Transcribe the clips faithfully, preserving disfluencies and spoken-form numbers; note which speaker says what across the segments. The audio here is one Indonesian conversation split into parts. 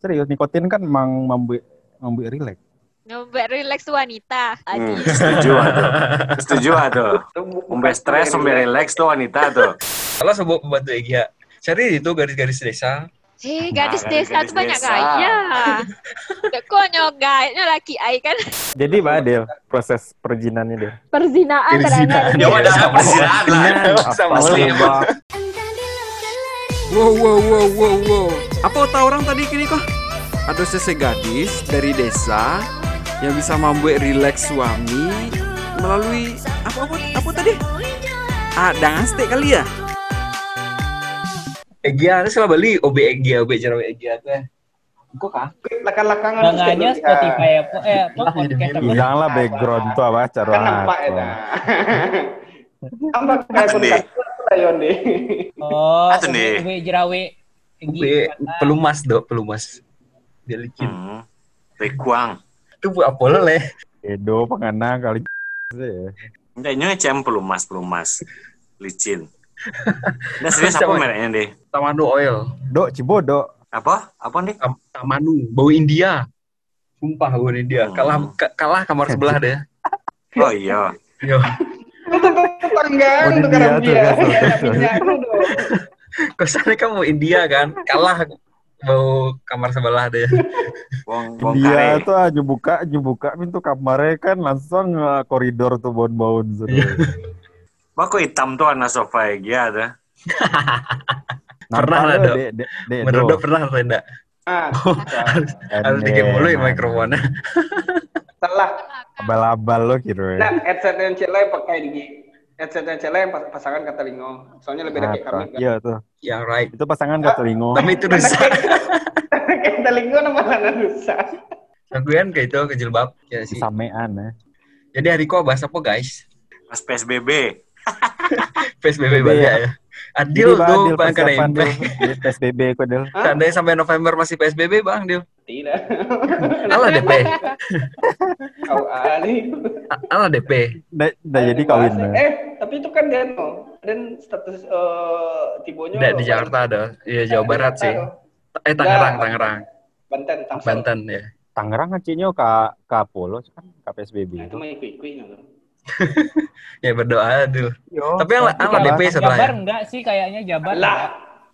Speaker 1: Serius, nikotin kan memang membuat membuat rileks.
Speaker 2: Membuat rileks wanita.
Speaker 3: Hmm, setuju tuh. Setuju tuh. Membuat stres, membuat rileks tuh wanita tuh.
Speaker 4: Kalau sebuah pembantu Egya, cari itu garis-garis desa.
Speaker 2: Hei, gadis
Speaker 3: Nah,
Speaker 2: desa
Speaker 3: gadis
Speaker 2: tuh banyak
Speaker 3: desa.
Speaker 2: gaya. Konyol gayanya laki ai kan.
Speaker 1: Jadi Mbak Adil, proses perjinannya deh.
Speaker 5: Perzinaan
Speaker 4: Perzinaan.
Speaker 5: terangkan.
Speaker 4: Ya udah
Speaker 3: Perzinaan lah.
Speaker 4: sama
Speaker 1: Apa
Speaker 4: muslim.
Speaker 1: Mbak?
Speaker 6: Wow, wow, wow, wow, wow. Apa otak orang tadi kini kok? Ada sese gadis dari desa yang bisa membuat rileks suami melalui apa apa apa tadi? Ah, dangaste kali ya?
Speaker 4: Egya, ini selalu beli O B Egya, O B cara Egya tuh. Kok kah?
Speaker 7: Lakan-lakangan
Speaker 8: Banganya Spotify apa eh apa podcast apa?
Speaker 1: Hilanglah background tuh apa cara.
Speaker 7: Kan nampak ya. Tambah kayak
Speaker 3: Apa nih?
Speaker 7: kontak Ayon deh.
Speaker 8: Oh,
Speaker 3: Apa nih?
Speaker 8: U B Jerawe.
Speaker 4: O B pelumas dok, pelumas. Dia licin.
Speaker 3: Hmm. Rekuang.
Speaker 4: Itu buat apa lo leh?
Speaker 1: Edo pengana kali ya.
Speaker 3: Kayaknya cem pelumas, pelumas. Licin. Nah serius apa mereknya deh?
Speaker 4: Tamanu Oil.
Speaker 1: Dok Cibodo.
Speaker 3: Apa? Apa nih?
Speaker 4: Tam- Tamanu, bau India. Sumpah bau India.
Speaker 3: Hmm.
Speaker 4: Kalah ka- kalah kamar sebelah deh.
Speaker 3: Oh iya.
Speaker 4: Yo.
Speaker 7: Itu tetangga,
Speaker 1: Oh,
Speaker 7: itu
Speaker 1: dia
Speaker 7: karena
Speaker 1: tuh,
Speaker 7: dia.
Speaker 1: kan, betul, betul.
Speaker 7: Minyak lu dong.
Speaker 4: Kesannya kamu India kan? Kalah bau kamar sebelah deh.
Speaker 3: Wong wong
Speaker 1: Dia
Speaker 3: kare.
Speaker 1: tuh aja buka, aja buka pintu kamarnya kan langsung eh, koridor tuh baun-baun sudah.
Speaker 3: Wah kok hitam tuh anak sofa ya ada.
Speaker 4: Pernah lah, Dok. Menurut Dok pernah atau enggak?
Speaker 7: Ah,
Speaker 4: Harus dikit mulu ya mikrofonnya.
Speaker 7: salah.
Speaker 1: Abal-abal lo kira.
Speaker 7: Nah, headset yang cewek pakai di headset yang cewek yang pas- pasangan kata lingo. Soalnya lebih dekat kami kan.
Speaker 1: Iya tuh.
Speaker 4: Yang right.
Speaker 1: Itu pasangan kata lingo.
Speaker 4: Tapi itu rusak.
Speaker 7: Kata lingo nama lana rusak.
Speaker 4: Saguan kayak itu ke jilbab. Ya sih.
Speaker 1: Samean ya.
Speaker 4: Jadi hari kok bahas apa guys?
Speaker 3: Pas P S B B.
Speaker 4: P S B B banyak ya. Adil
Speaker 1: Jadi, Bang,
Speaker 4: tuh
Speaker 1: Adil,
Speaker 4: Bang
Speaker 1: persiapan
Speaker 4: Kadempe.
Speaker 1: Dil. Di P S B B kok Dil.
Speaker 4: Seandainya sampai November masih P S B B Bang Dil.
Speaker 7: Tidak.
Speaker 4: Alah D P.
Speaker 7: Kau ali.
Speaker 4: Alah D P.
Speaker 1: Udah udah jadi kawin ya.
Speaker 7: Eh, tapi itu kan Dan, no. Dan status eh tibonya
Speaker 4: Tidak di Jakarta ada. Iya Jawa Barat sih. Eh Tangerang, Tangerang.
Speaker 7: Banten, Tangsel.
Speaker 4: Banten ya.
Speaker 1: Tangerang ngacinya ka ka Apollo kan ka P S B B.
Speaker 7: Nah, itu mah ikut-ikutnya tuh.
Speaker 4: Ya berdoa Dil.
Speaker 1: Yo.
Speaker 4: Tapi alah alah D P
Speaker 8: Jabar
Speaker 4: setelahnya.
Speaker 8: enggak sih kayaknya Jabar.
Speaker 7: Lah,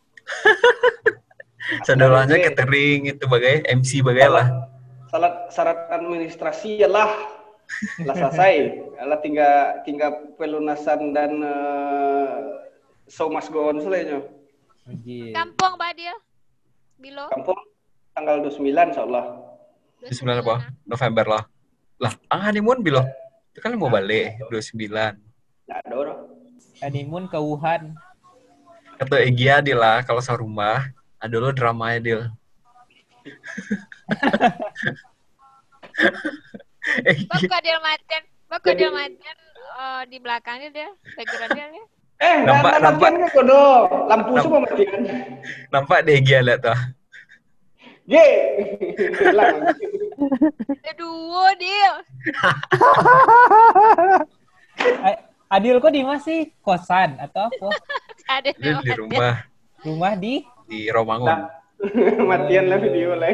Speaker 4: Setelahnya catering itu bagai M C bagai lah.
Speaker 7: syarat syarat administrasi lah lah selesai. Lah tinggal tinggal pelunasan dan uh, show must go on selesainya.
Speaker 2: Kampung Badil. Bilo.
Speaker 7: Kampung tanggal dua puluh sembilan insyaallah.
Speaker 4: Di sembilan apa? November lah. Lah, ang honeymoon bilo. Itu kan mau balik dua puluh sembilan.
Speaker 7: Enggak ada orang.
Speaker 8: Honeymoon ke Wuhan.
Speaker 4: Kata Egya Dil lah kalau serumah ada lo dramanya Dil. Egya.
Speaker 2: Bakal dia maten. Bakal dia maten eh, di belakangnya dia. Backgroundnya dia.
Speaker 7: Eh,
Speaker 4: Nampak-
Speaker 7: nampak
Speaker 4: nampak.
Speaker 7: nampak kodo. Lampu
Speaker 4: Nampak.
Speaker 7: semua matian.
Speaker 4: Nampak deh Egya lihat tuh.
Speaker 7: Ye. Hilang.
Speaker 2: Aduh, dia.
Speaker 8: A- Adil kok di mana sih? Kosan atau apa?
Speaker 2: Ada
Speaker 4: Dia di rumah
Speaker 8: Rumah di
Speaker 4: di Romangun.
Speaker 7: Nah. Matian lah video lah.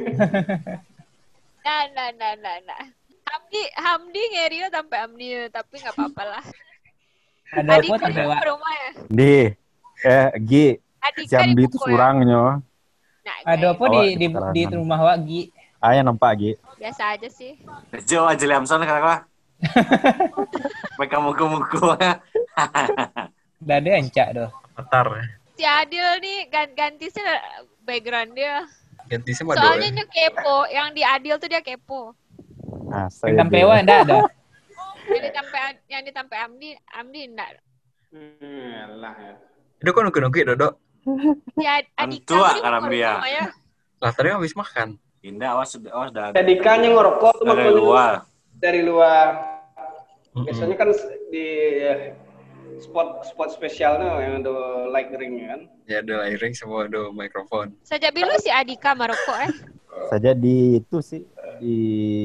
Speaker 2: Nah, nah, nah, nah, nah. Hamdi, Hamdi ngerio sampai Hamdi, tapi nggak apa-apa lah.
Speaker 8: ada
Speaker 2: Adik
Speaker 8: apa
Speaker 2: kan
Speaker 8: tak
Speaker 2: ke rumah ya.
Speaker 1: Di eh Gi
Speaker 2: Adik
Speaker 1: Jambi itu surangnya.
Speaker 2: Nah,
Speaker 8: Ada apa di di,
Speaker 1: Oh,
Speaker 8: di
Speaker 1: sekarang.
Speaker 8: rumah Wagi?
Speaker 1: Aya nampak Gi.
Speaker 2: biasa aja sih.
Speaker 3: Jo aja Liamson kakak. Mereka muku-muku.
Speaker 8: Dada encak doh.
Speaker 4: Patar.
Speaker 2: Si Adil nih gan- ganti sih background dia.
Speaker 4: Ganti sama
Speaker 2: Soalnya
Speaker 4: doa.
Speaker 2: dia kepo, yang di Adil tuh dia kepo.
Speaker 1: Ah, saya
Speaker 8: Sampai Wan enggak ada.
Speaker 2: Yang ditampe yang ditampe Amdi, Amdi enggak.
Speaker 7: Hmm, lah ya.
Speaker 4: Itu kan nuki-nuki Dodo.
Speaker 2: Ya adik
Speaker 3: Tua
Speaker 2: kamu
Speaker 3: karena dia.
Speaker 2: ya.
Speaker 4: Lah tadi habis makan.
Speaker 3: Indah awas sudah awas dah.
Speaker 7: Jadikannya ngerokok tuh
Speaker 3: Dari
Speaker 7: makanya
Speaker 3: luar.
Speaker 7: dari luar.
Speaker 4: Mm-mm.
Speaker 7: Biasanya kan di spot spot spesialnya yang ada light ring kan.
Speaker 4: Ya ada lighting semua ada mikrofon.
Speaker 2: Sejak bilu si Adika Maroko eh.
Speaker 1: saja di itu sih di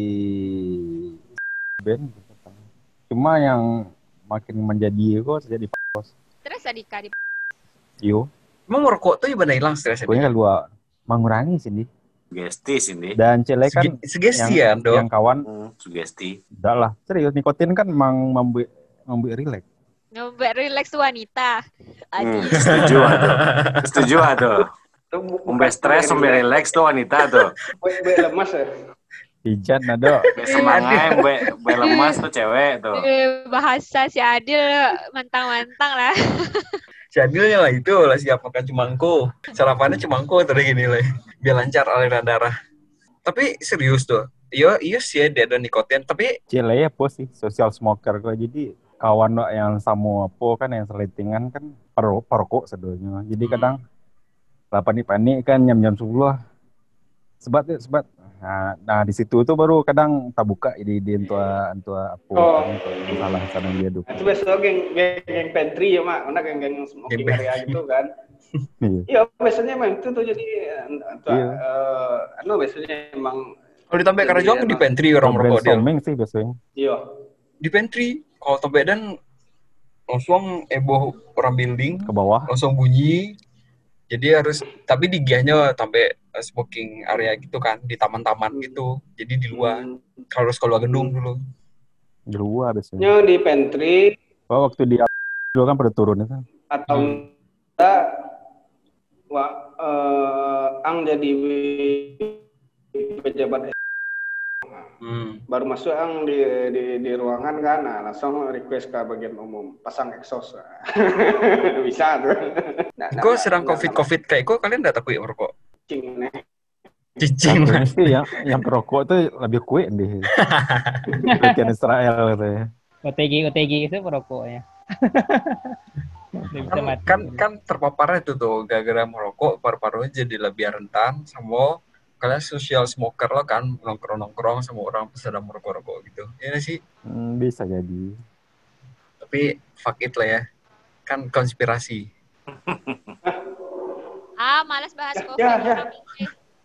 Speaker 1: band. Cuma yang makin menjadi kok saja di pos.
Speaker 2: Terus Adika di
Speaker 1: Yo,
Speaker 4: Emang merokok tuh ibadah hilang stresnya.
Speaker 1: pokoknya keluar mengurangi sih di.
Speaker 3: Sugesti sini.
Speaker 1: Dan cile kan
Speaker 4: Suge- sugesti ya,
Speaker 1: yang,
Speaker 4: Dok.
Speaker 1: yang kawan,
Speaker 3: Hmm, sugesti.
Speaker 1: enggak lah. Serius, nikotin kan memang membuat membuat rileks.
Speaker 2: Nyoba relax wanita.
Speaker 3: Hmm,
Speaker 2: Adi.
Speaker 3: setuju atuh. Setuju atuh.
Speaker 7: Itu bu-
Speaker 3: Umbe stres, umbe relax tuh wanita tuh.
Speaker 7: Be, be lemas ya.
Speaker 1: Pijan ada.
Speaker 3: Umbe semangat, umbe, umbe lemas tuh cewek tuh.
Speaker 2: Eh, bahasa si Adil mantang-mantang lah.
Speaker 4: Si Adilnya lah itu lah siap makan cemangko. Sarapannya cemangko terus gini lah. Biar lancar aliran darah. Tapi serius tuh. Iya, iya sih dia ada nikotin. Tapi
Speaker 1: Cile ya apa sih social smoker kok. Jadi kawan lo yang sama apa kan yang seletingan kan perokok perokok sedonya. Jadi
Speaker 4: Hmm.
Speaker 1: kadang lah panik-panik kan jam-jam sepuluh sebat ya sebat. Nah, nah di situ tuh baru kadang tak buka di di entua entua apa
Speaker 7: Oh.
Speaker 1: kan, entua masalah sana dia tuh.
Speaker 7: Itu biasanya geng geng, geng pantry ya mak, mana geng geng smoking
Speaker 4: Geng
Speaker 7: area gitu kan.
Speaker 1: Iya.
Speaker 7: Iya biasanya emang itu tuh jadi itu
Speaker 1: Iya.
Speaker 7: eh, anu biasanya emang
Speaker 4: kalau di Tampe Karajong
Speaker 7: Jadi,
Speaker 4: di pantry orang merokok dia.
Speaker 1: Brainstorming sih biasanya.
Speaker 7: iya.
Speaker 4: Di pantry. Kalau Tampe dan langsung eboh orang building.
Speaker 1: Ke bawah.
Speaker 4: Langsung bunyi. Jadi harus, tapi di giahnya sampai uh, smoking area gitu kan, di taman-taman gitu. Jadi di luar.
Speaker 7: Hmm.
Speaker 4: Kalau harus keluar gedung dulu.
Speaker 1: Di luar biasanya.
Speaker 7: Nya di pantry
Speaker 1: Oh, waktu di juga kan pada turun itu.
Speaker 7: atau
Speaker 4: Hmm.
Speaker 7: enggak wah eh, ang jadi pejabat
Speaker 4: Hmm.
Speaker 7: baru masuk ang di, di di ruangan kan, nah langsung request ke bagian umum pasang exhaust. Bisa tuh. Nah,
Speaker 4: Kok sedang covid-covid kayak kok kalian nggak takut merokok?
Speaker 7: cing nih.
Speaker 4: Cicing.
Speaker 1: Yang sih yang yang perokok tuh lebih kue deh. Penelitian Israel katanya.
Speaker 8: O T G O T G itu perokoknya. Udah bisa
Speaker 4: Kan,
Speaker 8: mati.
Speaker 4: kan, kan terpapar itu tuh, gara-gara merokok, paru-parunya jadi lebih rentan sama kalian social smoker lo kan, nongkrong-nongkrong sama orang sedang merokok-rokok gitu. Ya nggak sih?
Speaker 1: Hmm, bisa jadi.
Speaker 4: Tapi fuck it lah ya. Kan konspirasi.
Speaker 2: Ah, malas bahas COVID.
Speaker 7: Ya, ya.
Speaker 2: orang ini.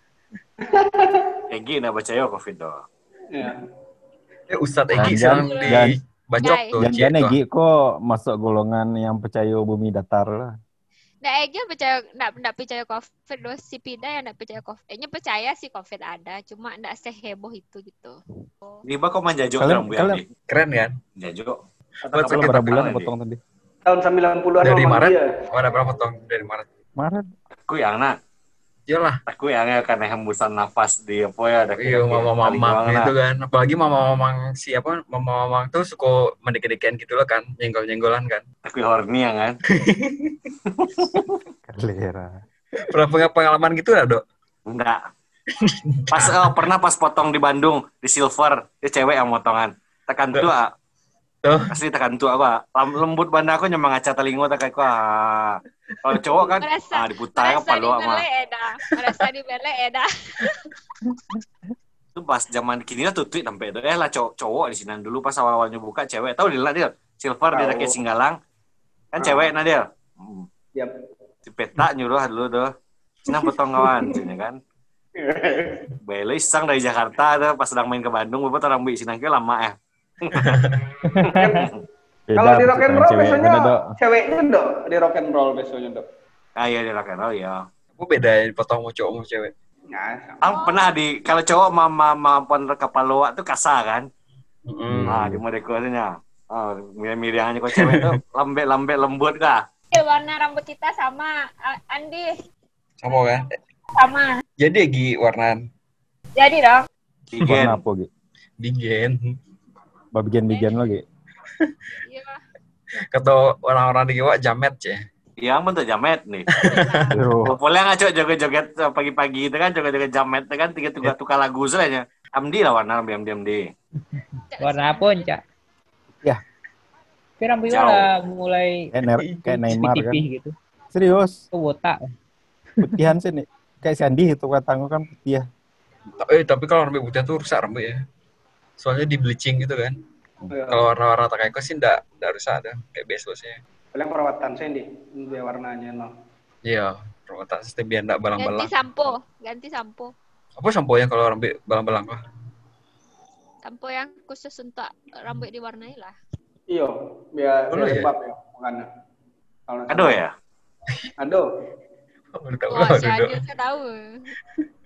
Speaker 3: Egi nak baca yo covid doh.
Speaker 7: Ya.
Speaker 4: Eh Ustadz Egi
Speaker 1: Jangan-
Speaker 4: sedang
Speaker 1: jangan-
Speaker 4: dibacok
Speaker 2: Jai.
Speaker 4: tuh. Cie,
Speaker 1: Jangan
Speaker 4: tuh.
Speaker 1: Egi kok masuk golongan yang percaya bumi datar lah.
Speaker 2: Nggak Egi yang percaya, nggak, nggak percaya COVID loh. Si Pida yang nggak percaya COVID. Egi percaya sih COVID ada, cuma nggak seheboh itu gitu.
Speaker 3: Di bako manjajok
Speaker 1: Kalian-
Speaker 3: dong bu
Speaker 1: kalian-
Speaker 3: Egi.
Speaker 4: Keren kan?
Speaker 3: Jajok.
Speaker 4: Buat
Speaker 1: Kalau
Speaker 4: sakit
Speaker 1: berapa bulan
Speaker 3: Egi.
Speaker 1: potong tadi?
Speaker 7: Tahun sembilan puluhan
Speaker 4: Dari
Speaker 7: memang
Speaker 4: Maret?
Speaker 7: dia.
Speaker 4: Oh, ada berapa tahun dari Maret?
Speaker 1: Maret.
Speaker 3: Aku yang nak.
Speaker 4: Iyalah.
Speaker 3: Aku yang karena hembusan nafas di apa ya ada
Speaker 4: Iya, mama-mama gitu kan. Apalagi mama-mama siapa? Mama-mama tuh suka mendek-dekan gitu loh kan, nyenggol-nyenggolan kan.
Speaker 3: Aku horny ya kan.
Speaker 1: Kalera.
Speaker 4: Pernah punya pengalaman gitu lah, Dok?
Speaker 3: Enggak. Pas oh, pernah pas potong di Bandung di Silver, dia cewek yang motongan. Tekan tua.
Speaker 4: Tuh.
Speaker 3: Asli tekan tua gua. Lam- Lembut banda aku nyemang ngaca telingo tak kayak ah. Kalau cowok kan
Speaker 2: Merasa-
Speaker 3: ah diputar
Speaker 2: Merasa
Speaker 3: apa lu mah.
Speaker 2: dibelek eda. Merasa dibelek eda.
Speaker 3: Itu pas zaman kini lah tuh tweet sampai itu eh lah cowok cowok di sini dulu pas awal-awalnya buka cewek. Tahu dia dia Silver dia
Speaker 7: Tahu.
Speaker 3: kayak Singgalang. Kan
Speaker 7: Ah.
Speaker 3: cewek nah dia. Hmm.
Speaker 7: Yap.
Speaker 3: Si peta nyuruh dulu tuh. Cina potong kawan cina kan. Bele iseng dari Jakarta tuh pas sedang main ke Bandung, bapak orang beli sinangke lama eh.
Speaker 7: Kalau di rock and roll biasanya
Speaker 1: ada.
Speaker 7: ceweknya dok di rock and roll biasanya dok.
Speaker 3: Ah iya di rock and roll ya.
Speaker 4: Apa beda ya potong mau cowok mau cewek?
Speaker 7: Nah,
Speaker 3: Ang pernah di kalau cowok mama mampon kapal loak tuh kasar kan.
Speaker 4: Hmm.
Speaker 3: Nah di modekulnya. Oh, mirip-miripnya kok cewek tuh lambe-lambe lembut kah?
Speaker 2: Eh, warna rambut kita sama. A- Andi
Speaker 4: Sama kan?
Speaker 2: sama.
Speaker 4: Jadi Gi warnan
Speaker 2: Jadi dong.
Speaker 3: Bigen.
Speaker 1: Warna apa gitu?
Speaker 4: bigen.
Speaker 1: Bagian-bagian lagi.
Speaker 2: Iya.
Speaker 4: Kata orang-orang di Jawa jamet cie.
Speaker 3: Iya, bentuk jamet nih.
Speaker 1: Aduh.
Speaker 3: Populer ngaco joget-joget pagi-pagi itu kan joget-joget jamet itu kan tiga tukar tukar lagu sebenarnya. Amdi lah warna amdi amdi amdi.
Speaker 8: Warna apa, Cak?
Speaker 1: Ya.
Speaker 8: Tapi rambut
Speaker 3: Jauh.
Speaker 8: udah mulai
Speaker 1: Kayak, Ner- kayak Neymar kan.
Speaker 8: tipis gitu.
Speaker 1: Serius.
Speaker 8: Itu botak.
Speaker 1: Putihan sih nih. Kayak Sandy itu katanya kan putih.
Speaker 4: Eh tapi kalau rambut putih tuh rusak rambut ya. Soalnya di bleaching gitu kan.
Speaker 7: ya.
Speaker 4: Kalau warna-warna tak kayak kok sih enggak enggak rusak ada kayak biasanya.
Speaker 7: Paling perawatan saya nih, biar warnanya no.
Speaker 4: Iya, perawatan sistem biar enggak
Speaker 2: Ganti
Speaker 4: balang-balang.
Speaker 2: sampo. Ganti sampo.
Speaker 4: Apa sampo yang kalau rambut balang-balang kok?
Speaker 2: Sampo yang khusus untuk rambut diwarnai lah.
Speaker 7: Iya, biar
Speaker 4: Oh,
Speaker 7: biar
Speaker 4: iya.
Speaker 7: lembab ya, makanya. Kalau
Speaker 3: Aduh ya.
Speaker 7: Aduh.
Speaker 4: Baru tahu
Speaker 2: Oh,
Speaker 4: lah,
Speaker 2: si
Speaker 4: Dodo.
Speaker 2: Adil saya tahu.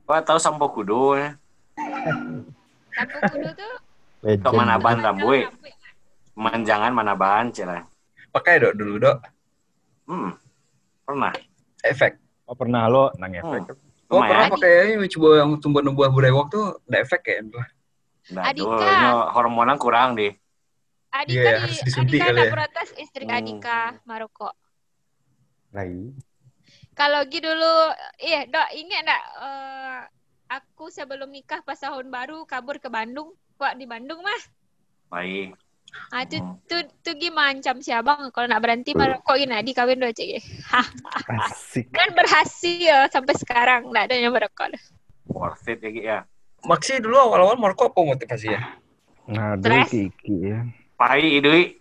Speaker 3: Wah, tahu sampo kudu ya.
Speaker 2: Sampo kudu tuh
Speaker 1: Legend.
Speaker 3: Kok manaban rambut. Manjangan manaban celah.
Speaker 4: Pakai dok dulu dok.
Speaker 3: Hmm. Pernah.
Speaker 4: Efek.
Speaker 1: Oh pernah lo nang efek.
Speaker 3: Hmm.
Speaker 4: Oh pernah
Speaker 3: Lumayan.
Speaker 4: pakai ini coba yang tumbuh buah burewok tuh ada efek kayak itu.
Speaker 3: Nah,
Speaker 2: Adika.
Speaker 3: dulu ini hormonal kurang deh.
Speaker 2: Adika
Speaker 4: Iya,
Speaker 2: di
Speaker 4: harus disuntik
Speaker 2: Adika
Speaker 4: kali
Speaker 2: ada
Speaker 4: ya.
Speaker 2: protes istri
Speaker 3: Hmm.
Speaker 2: Adika Maroko.
Speaker 1: Lagi.
Speaker 2: Kalau gitu dulu, iya dok ingat enggak eh, aku sebelum nikah pas tahun baru kabur ke Bandung. Wah di Bandung mah.
Speaker 3: Baik.
Speaker 2: Ah tu
Speaker 3: Hmm.
Speaker 2: tu tu gimana macam si abang kalau nak berhenti Maroko gini di kawin dua cek. Hah.
Speaker 1: Asik.
Speaker 2: Dan berhasil sampai sekarang enggak ada yang Maroko.
Speaker 3: Worth it ya, Ki, ya.
Speaker 4: Maksi dulu awal-awal Maroko apa motivasinya?
Speaker 1: Nah,
Speaker 2: Stres.
Speaker 1: dulu Kiki ya.
Speaker 3: Pai idui.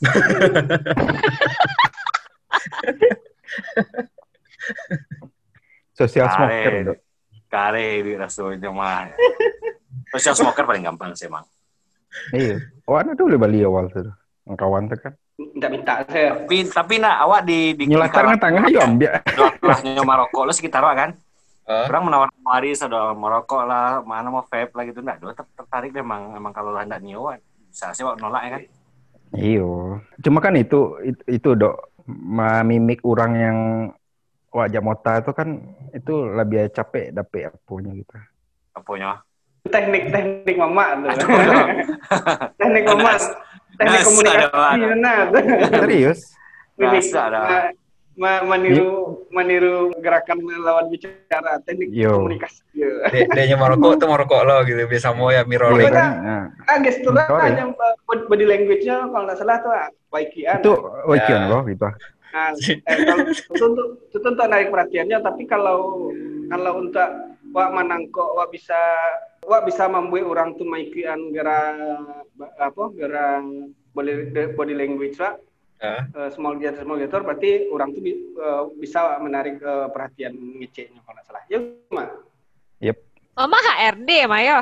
Speaker 1: Social smoker, Dok.
Speaker 3: Kare idui rasanya mah. Social smoker paling gampang sih, Mang.
Speaker 1: Iya. Oh, anak dulu Bali awal tuh. Yang kawan tuh kan.
Speaker 7: Tidak minta saya.
Speaker 3: Tapi tapi nak awak di di
Speaker 1: Nyelatar nge tengah yuk ambil.
Speaker 3: Doanya Maroko lo sekitar awak kan?
Speaker 4: Hah?
Speaker 3: Orang menawar-nawari ada Maroko lah, mana mau vape lah gitu enggak. Dua tertarik deh emang emang kalau hendak nyewa bisa sih wak nolak ya kan.
Speaker 1: Iyo. Cuma kan itu itu, itu Dok, mimik orang yang wajah mota itu kan itu lebih capek dapet apanya gitu.
Speaker 3: Apanya?
Speaker 7: Teknik-teknik mama tuh.
Speaker 3: Aduh.
Speaker 7: Teknik mama. Teknik
Speaker 3: Nggak
Speaker 7: komunikasi.
Speaker 3: ada.
Speaker 7: Nah,
Speaker 1: Serius?
Speaker 7: Mimik.
Speaker 3: Nggak ada.
Speaker 7: Ma- ma- meniru meniru gerakan lawan bicara, teknik
Speaker 1: Yo.
Speaker 7: komunikasi. Yo.
Speaker 4: De- Dia Maroko tuh Maroko lo gitu. Biasa mau ya
Speaker 1: Iya
Speaker 4: mirroring.
Speaker 1: kan? Nah,
Speaker 7: Ah, gesturnya
Speaker 1: Sorry.
Speaker 7: hanya uh, body language-nya kalau nggak salah tuh ah, waikian.
Speaker 1: itu wakian
Speaker 4: Ya.
Speaker 1: loh gitu.
Speaker 7: Nah, eh, kalau itu untuk itu untuk narik perhatiannya, tapi kalau kalau untuk wak manangko wak bisa wak bisa membuat orang tuh maikian gara apa gara body body language wak
Speaker 4: Hah?
Speaker 7: eh, small gesture small gesture berarti orang tuh bi- eh, bisa menarik eh, perhatian ngeceknya kalau nggak salah. Ya mah.
Speaker 2: Mama H R D Mayo.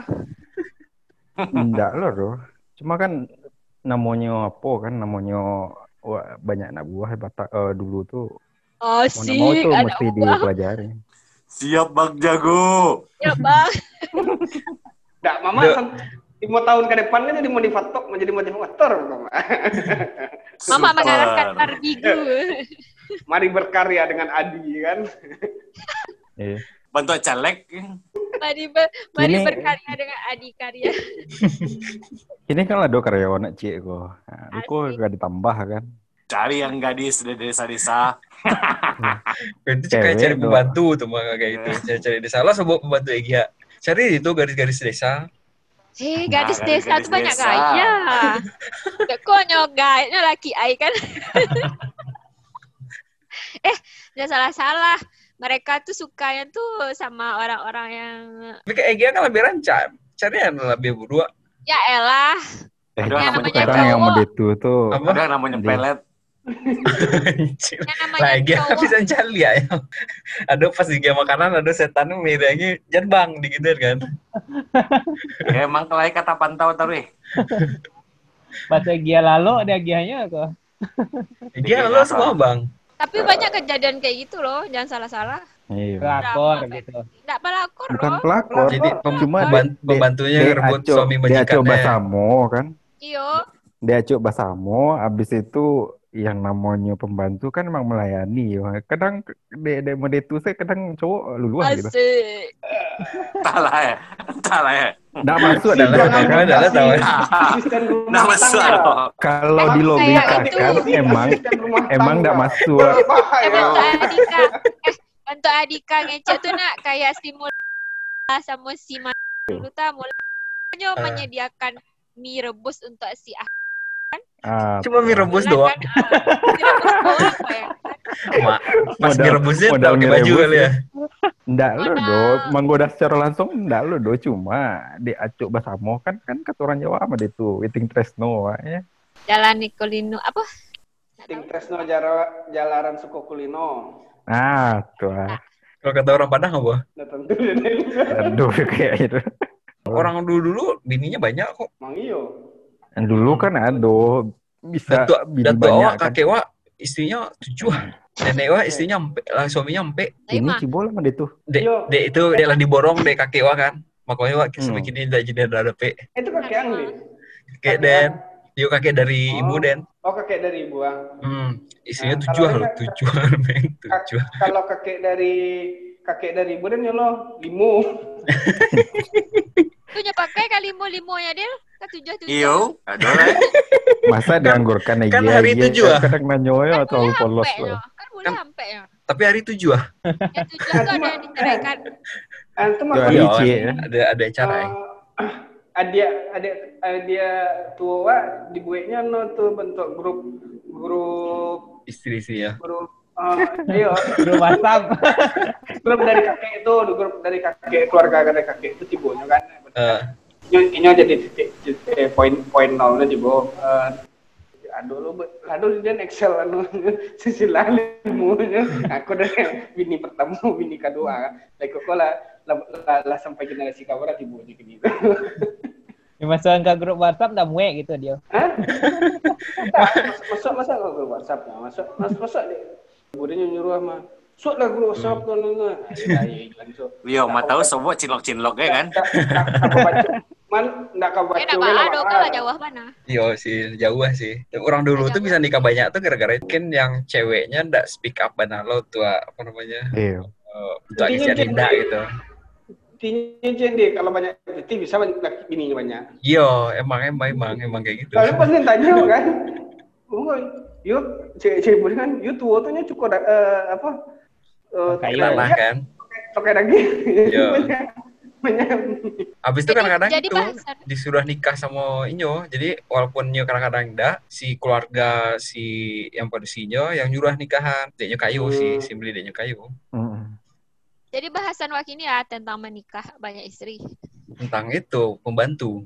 Speaker 1: Enggak loh, Bro. Cuma kan namanya apa kan namanya wah, banyak anak buah bata, eh, dulu tuh
Speaker 2: Oh
Speaker 1: mau nggak mau
Speaker 2: sih,
Speaker 1: tuh
Speaker 2: ada
Speaker 1: mesti
Speaker 2: uang.
Speaker 1: dipelajari.
Speaker 3: Siap Bang Jago.
Speaker 2: Ya bang.
Speaker 7: Nggak, mama
Speaker 4: Duh.
Speaker 7: kan lima tahun ke depan kan jadi motivator, menjadi motivator, mama.
Speaker 2: Mama
Speaker 3: Super.
Speaker 2: mengarahkan Arbigu.
Speaker 7: Mari berkarya dengan Adi kan.
Speaker 1: Iya.
Speaker 3: Bantu caleg.
Speaker 2: Mari ber, mari
Speaker 1: Ini-
Speaker 2: berkarya dengan Adi Karya.
Speaker 1: Ini kan ada karyawan nak cik kok. Nah, aku
Speaker 2: Asik.
Speaker 1: gak ditambah kan.
Speaker 3: Cari yang gadis dari desa-desa.
Speaker 4: Itu kayak
Speaker 1: Cewek
Speaker 4: cari
Speaker 1: doang.
Speaker 4: pembantu tuh mah kayak gitu. Cari-cari desa lah sebuah pembantu Egya. Cari itu garis-garis desa.
Speaker 2: Hei,
Speaker 3: Nah,
Speaker 2: gadis
Speaker 3: gadis-
Speaker 2: desa
Speaker 3: gadis
Speaker 2: tuh banyak
Speaker 3: desa.
Speaker 2: gaya. Kok nyogaynya laki ai kan? eh, jangan salah-salah. Mereka tuh sukanya tuh sama orang-orang yang
Speaker 4: Tapi kayak Egya kan lebih rancak. Cari yang lebih berdua.
Speaker 2: ya elah.
Speaker 1: Eh,
Speaker 3: Ada
Speaker 2: yang namanya
Speaker 1: sekarang yang
Speaker 2: cowok.
Speaker 1: mode itu tuh
Speaker 4: Apa?
Speaker 3: Ada yang namanya
Speaker 1: Di-
Speaker 3: pelet.
Speaker 2: Yang namanya
Speaker 4: Lah Egya
Speaker 2: cowok.
Speaker 4: bisa cari ya. Ada pas di game makanan ada setan miranya jangan bang digituin kan.
Speaker 3: Ya emang kalau kata pantau terus.
Speaker 8: Pas Gia lalu ada Gianya kok.
Speaker 4: Egya lo semua bang.
Speaker 2: Tapi banyak kejadian kayak gitu loh, jangan salah-salah.
Speaker 1: iya.
Speaker 8: Pelakor
Speaker 2: Drama.
Speaker 8: gitu.
Speaker 2: Nggak pelakor
Speaker 1: Bukan
Speaker 2: loh.
Speaker 1: pelakor.
Speaker 4: Jadi pem
Speaker 1: Cuma
Speaker 4: pemban-
Speaker 1: dia-
Speaker 4: pembantunya
Speaker 1: dia
Speaker 4: ngerebut
Speaker 1: aco-
Speaker 4: suami
Speaker 1: dia coba
Speaker 4: majikannya.
Speaker 1: samo kan.
Speaker 2: Iyo.
Speaker 1: Dia coba samo, abis itu yang namanya pembantu kan emang melayani. Ya. Kadang de, de mode itu saya kadang cowok luluah gitu.
Speaker 2: Asik.
Speaker 3: Entahlah ya. Entahlah ya.
Speaker 1: Nggak masuk
Speaker 4: Udah
Speaker 1: ada
Speaker 4: lah,
Speaker 7: Jangan
Speaker 4: udah lah, tahu.
Speaker 7: asisten rumah
Speaker 3: Nah, masuk
Speaker 7: tangga.
Speaker 3: loh.
Speaker 1: Kalau
Speaker 2: Emang
Speaker 1: di logika
Speaker 2: kayak
Speaker 1: kan
Speaker 2: itu.
Speaker 1: emang
Speaker 7: Asisten rumah
Speaker 1: emang
Speaker 7: tangga.
Speaker 1: nggak masuk.
Speaker 2: Eh,
Speaker 7: Bahaya.
Speaker 2: bentuk Adika. Eh, bentuk Adika ngecek tuh nak kayak stimulasi sama si Ma dulu ta mulanya menyediakan mie rebus untuk si Ah.
Speaker 1: Ah,
Speaker 4: Cuma mie rebus
Speaker 2: Bulan
Speaker 4: doang.
Speaker 2: kan, ah, mie rebus doang bayangkan.
Speaker 4: Ma, pas
Speaker 1: Modal-
Speaker 4: direbusnya
Speaker 1: modal
Speaker 4: pakai
Speaker 1: mie
Speaker 4: baju
Speaker 1: rebus
Speaker 4: kali ya.
Speaker 1: Nggak lo
Speaker 2: Mana?
Speaker 1: do, menggoda secara langsung nggak lo do, cuma di acuk basamo kan kan katuran Jawa sama dia tuh, waiting tresno ya.
Speaker 2: Jalan Nikolino apa?
Speaker 7: Ting Tresno Jara- Jalaran Sukokulino.
Speaker 1: Ah, tuh. ah.
Speaker 4: Kalau kata orang Padang apa?
Speaker 7: Nah, tentu dia
Speaker 1: Aduh kayak gitu.
Speaker 4: Orang dulu-dulu bininya banyak kok.
Speaker 7: Mang iyo.
Speaker 1: Yang dulu kan ada bisa
Speaker 4: Datuk
Speaker 1: bini
Speaker 4: Datuk
Speaker 1: banyak
Speaker 4: awak
Speaker 1: kan.
Speaker 4: kakek wak istrinya tujuh. Nenek wah istrinya empe, lah suaminya empe.
Speaker 2: Tapi
Speaker 1: Ini
Speaker 2: mah,
Speaker 1: cibol sama dia tuh.
Speaker 4: Dek,
Speaker 7: Yo.
Speaker 4: dek itu dia lah diborong dek kakek wah kan. Makanya wah sampai
Speaker 1: Hmm.
Speaker 4: kini udah jadi ada pe.
Speaker 7: Itu kakek ang nih.
Speaker 4: Kakek Den. Yuk kakek dari ibu Den.
Speaker 7: Oh kakek dari ibu ang.
Speaker 4: Hmm, istrinya
Speaker 7: Nah,
Speaker 4: tujuh
Speaker 7: kalau
Speaker 4: loh,
Speaker 7: dia-
Speaker 4: tujuh men,
Speaker 7: Kak-
Speaker 4: tujuh.
Speaker 7: Kalau kakek dari kakek dari ibu dan nyolo limo.
Speaker 2: tu nya pakai kali limo-limonya dia. Kan tujuh-tujuh.
Speaker 3: Iyo, ada lah.
Speaker 1: Masa dianggurkan
Speaker 4: kan
Speaker 1: aja.
Speaker 4: hari tujuh, ah.
Speaker 1: Kadang nanyoyo
Speaker 2: Kan
Speaker 1: atau
Speaker 2: boleh
Speaker 1: polos
Speaker 2: hampe
Speaker 1: lah.
Speaker 2: no. Kan boleh
Speaker 4: Kan-
Speaker 2: hampe no.
Speaker 4: Tapi hari tujuh ah.
Speaker 2: Yang tujuh tu ada yang diceraikan.
Speaker 7: Ah, itu mah
Speaker 1: Yo,
Speaker 7: kalau-
Speaker 1: Iya,
Speaker 4: Iya,
Speaker 1: Cie.
Speaker 4: ada ada acara ya.
Speaker 7: Eh, adia adik dia tua dibuatnya no tuh bentuk grup grup
Speaker 4: Istri-istri ya.
Speaker 7: grup eh iya
Speaker 8: Grup WhatsApp.
Speaker 7: grup dari kakek itu grup dari kakek keluarga dari kakek itu tibunya kan
Speaker 4: Eh,
Speaker 7: ini ini jadi titik titik poin poin nolnya tibu eh aduh lu aduh dia Excel anu sisilah limunya aku dari bini pertama bini kedua like kok lah lah, lah, lah sampai generasi kabar tibunya gini
Speaker 8: Dimasukin ke grup WhatsApp dah muek gitu dia.
Speaker 7: Hah? Masuk masuk ke grup WhatsApp lah. Masuk masuk masuk deh. Kemudian nyuruh sama masuk lah grup WhatsApp tuh nana. Ayo langsung.
Speaker 3: Iyo, mah tahu semua cilok-cilok ya kan.
Speaker 7: Aku baca. Man ndak kau baca.
Speaker 2: Eh nak bawa do kan lah jauh mana.
Speaker 4: Iya sih, jauh sih. Orang dulu tuh bisa nikah banyak tuh gara-gara mungkin yang ceweknya ndak speak up benar lo tuh apa namanya?
Speaker 1: Iya.
Speaker 4: Uh, untuk Agisya Dinda gitu.
Speaker 7: Intinya jen deh kalau banyak titik bisa banyak laki bini banyak.
Speaker 4: Iya, emang emang emang emang kayak gitu.
Speaker 7: Tapi pas tanya kan. Oh, yuk cewek-cewek boleh kan, yuk tua tuh nya cukup eh, apa? Eh,
Speaker 8: Kayu.
Speaker 4: Tanah kan.
Speaker 7: Pakai daging.
Speaker 4: Iya.
Speaker 7: Banyak. Banyak.
Speaker 4: Habis itu
Speaker 2: Jadi-
Speaker 4: kadang-kadang
Speaker 2: jadi
Speaker 4: itu
Speaker 2: bahasan.
Speaker 4: disuruh nikah sama Inyo. Jadi walaupun Inyo kadang-kadang enggak, si keluarga si yang pada si Inyo yang nyuruh nikahan. Deknya kayu sih, si beli deknya kayu.
Speaker 1: Mm.
Speaker 2: Jadi bahasan wak ini ya tentang menikah banyak istri.
Speaker 4: Tentang itu, pembantu.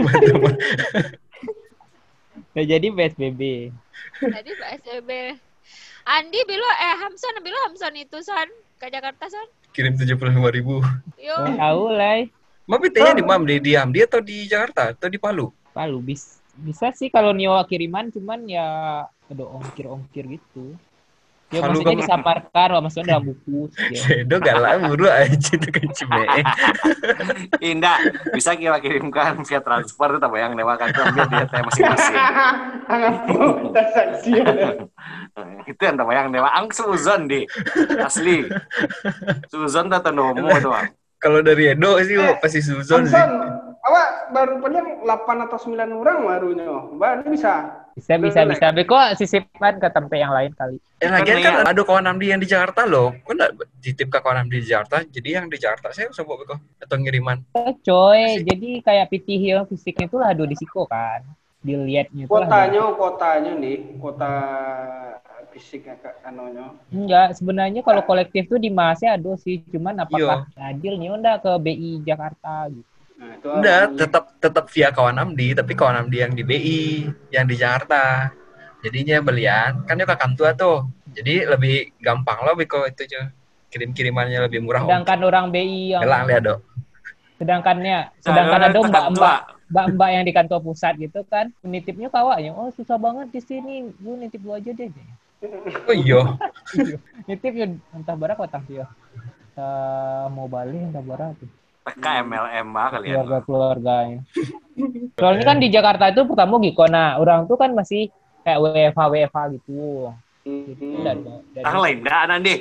Speaker 8: Udah jadi P S B B.
Speaker 2: Jadi Pak S B B. Andi bilo eh Hamson bilo Hamson itu Son ke Jakarta Son.
Speaker 4: Kirim tujuh puluh lima ribu.
Speaker 2: Yo.
Speaker 8: Nggak tahu lah.
Speaker 4: Ma P T-nya di Mam, di diam. Dia atau di Jakarta atau di Palu?
Speaker 8: Palu bis bisa sih kalau nyewa kiriman cuman ya ada ongkir-ongkir gitu. Ya
Speaker 4: Palu
Speaker 8: maksudnya
Speaker 4: kamu-
Speaker 8: disamarkan, wah, maksudnya dalam buku. Ya.
Speaker 4: Sedo galak buru aja itu kan cime.
Speaker 3: Indah, bisa kita kirimkan via transfer tuh tak bayang lewat kantor biar dia teh masing-masing.
Speaker 7: Anggap transaksi ada.
Speaker 3: Itu yang tak bayang lewat ang Suzon di asli. Suzon tak nomo doang.
Speaker 4: Kalau dari Edo sih
Speaker 7: Eh,
Speaker 4: pasti Suzon sih.
Speaker 7: Samson, awak baru punya delapan atau sembilan orang barunya. Baru bisa.
Speaker 8: Bisa bisa bisa. Beko sisipan ke tempat yang lain kali.
Speaker 4: Eh lagian
Speaker 3: Kan
Speaker 4: kan ada kawan Amdi yang di Jakarta loh. Kok enggak ditip ke kawan Amdi di Jakarta? Jadi yang di Jakarta saya usah bawa beko atau ngiriman.
Speaker 8: Eh, coy, jadi kayak P T H fisiknya itu lah do di siko kan. Dilihatnya itu lah.
Speaker 7: Kotanya, kotanya nih, kota fisiknya kak anonya.
Speaker 8: Enggak, sebenarnya kalau kolektif tuh di Masnya ada sih, cuman apakah adil nih enggak ke B I Jakarta gitu.
Speaker 7: Nah, itu
Speaker 4: Enggak,
Speaker 7: apa?
Speaker 4: tetap tetap via kawan Amdi, tapi kawan Amdi yang di B I, yang di Jakarta. Jadinya belian, kan juga kakak tua tuh. Jadi lebih gampang loh beko itu cuy. Kirim-kirimannya lebih murah.
Speaker 8: Sedangkan orang B I yang
Speaker 4: Gelang lihat dong.
Speaker 8: sedangkannya sedangkan
Speaker 3: Nah,
Speaker 8: ada
Speaker 3: tekan
Speaker 8: mbak-mbak mbak-mbak yang di kantor pusat gitu kan, penitipnya kawaknya, oh susah banget di sini, lu nitip lu aja deh.
Speaker 4: Oh iya.
Speaker 8: Nitip ya entah berapa tah dia. Entah mau balik entah berapa.
Speaker 3: P K M L M ah kalian.
Speaker 8: Keluarga-keluarganya. Soalnya kan di Jakarta itu pertama gitu, nah orang tuh kan masih kayak W F H W F H gitu. Gitu.
Speaker 7: Hmm.
Speaker 8: Dan, dan,
Speaker 3: Ah lain dah nanti.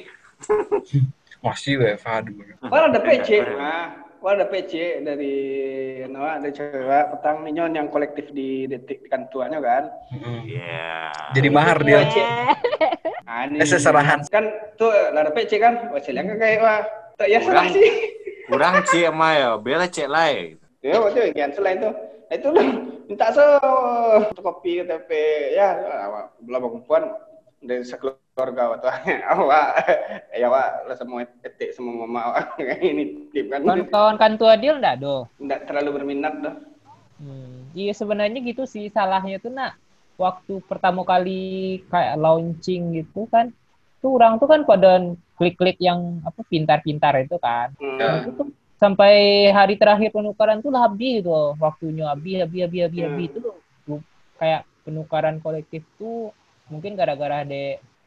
Speaker 4: Masih W F H dulu.
Speaker 7: Wah ada P C, nah, wah ada P C dari, nah, ada cewek petang ninyon yang kolektif di detik kantuannya kan.
Speaker 3: Iya.
Speaker 4: Jadi mahar dia.
Speaker 7: Nah, ini,
Speaker 4: Eh, seserahan.
Speaker 7: kan tuh ada P C kan, wah saya lihat kayak wah, tak ya salah
Speaker 3: Kurang.
Speaker 7: sih.
Speaker 3: Kurang cek emang ya, bela cek lain.
Speaker 7: Ya waktu itu kan selain itu, nah, itu udah minta so fotokopi K T P ya, awak belum perempuan dari sekeluarga waktu awak, ya awak lah semua etik semua mama awak kayak ini tip kan,
Speaker 8: kawan-kawan kantor Adil enggak do.
Speaker 7: tidak terlalu berminat dah.
Speaker 8: Hmm. Iya sebenarnya gitu sih salahnya tuh nak waktu pertama kali kayak launching gitu kan, tuh orang tuh kan pada klik-klik yang apa pintar-pintar itu kan.
Speaker 7: Hmm.
Speaker 8: Itu tuh sampai hari terakhir penukaran tuh lah habis gitu waktunya habis habis habis habis
Speaker 7: Hmm.
Speaker 8: habis itu tuh kayak penukaran kolektif tuh mungkin gara-gara ada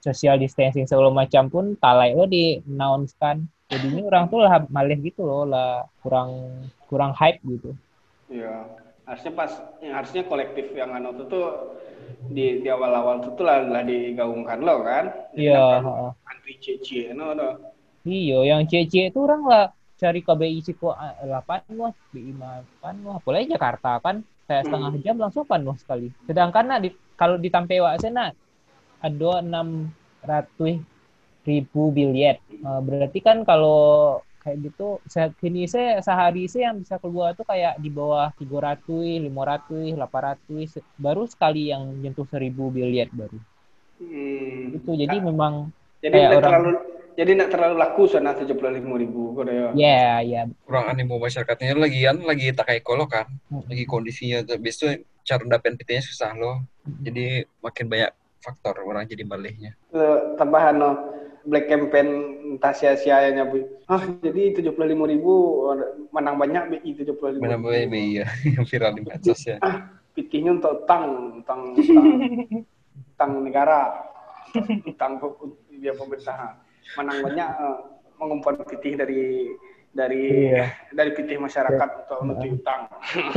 Speaker 8: social distancing segala macam pun talai lo di announce kan. Jadinya orang tuh lah malih gitu loh lah kurang kurang hype gitu.
Speaker 7: Iya, harusnya pas yang harusnya kolektif yang anu itu tuh di di awal-awal itu tuh lah, lah digaungkan lo kan.
Speaker 8: Iya,
Speaker 7: Antri C C no no.
Speaker 8: Iya, yang C C itu orang lah cari K B I Ciko delapan wah, B I delapan wah, apalagi Jakarta kan kayak setengah
Speaker 7: Hmm.
Speaker 8: jam langsung penuh sekali. Sedangkan nah, di, kalau di Tampewa sana ada enam ratus ribu bilet. Uh, berarti kan kalau kayak gitu kini saya sehari saya yang bisa keluar tuh kayak di bawah tiga ratus, lima ratus, delapan ratus baru sekali yang nyentuh seribu bilet baru.
Speaker 7: Hmm.
Speaker 8: Itu jadi
Speaker 7: Nah,
Speaker 8: memang
Speaker 7: jadi
Speaker 8: kayak
Speaker 7: nggak
Speaker 8: orang
Speaker 7: terlalu jadi nggak terlalu laku sana tujuh puluh lima ribu kok ya.
Speaker 8: ya ya
Speaker 4: Kurang animo masyarakatnya lagi kan lagi tak kayak kolo kan. Lagi kondisinya tuh biasanya cara dapetin P T-nya susah loh. Jadi makin banyak faktor orang jadi balehnya.
Speaker 7: Eh, tambahan no black campaign entah sia-sianya bu. Ah jadi tujuh puluh lima ribu menang banyak B I tujuh puluh lima
Speaker 4: Mana
Speaker 7: ribu.
Speaker 4: boleh B I ya yang viral di medsos ya.
Speaker 7: Ah pitihnya untuk utang utang utang utang negara utang dia pemerintah menang banyak uh, mengumpulkan pitih dari dari
Speaker 8: Iya.
Speaker 7: dari pitih masyarakat untuk menutup utang.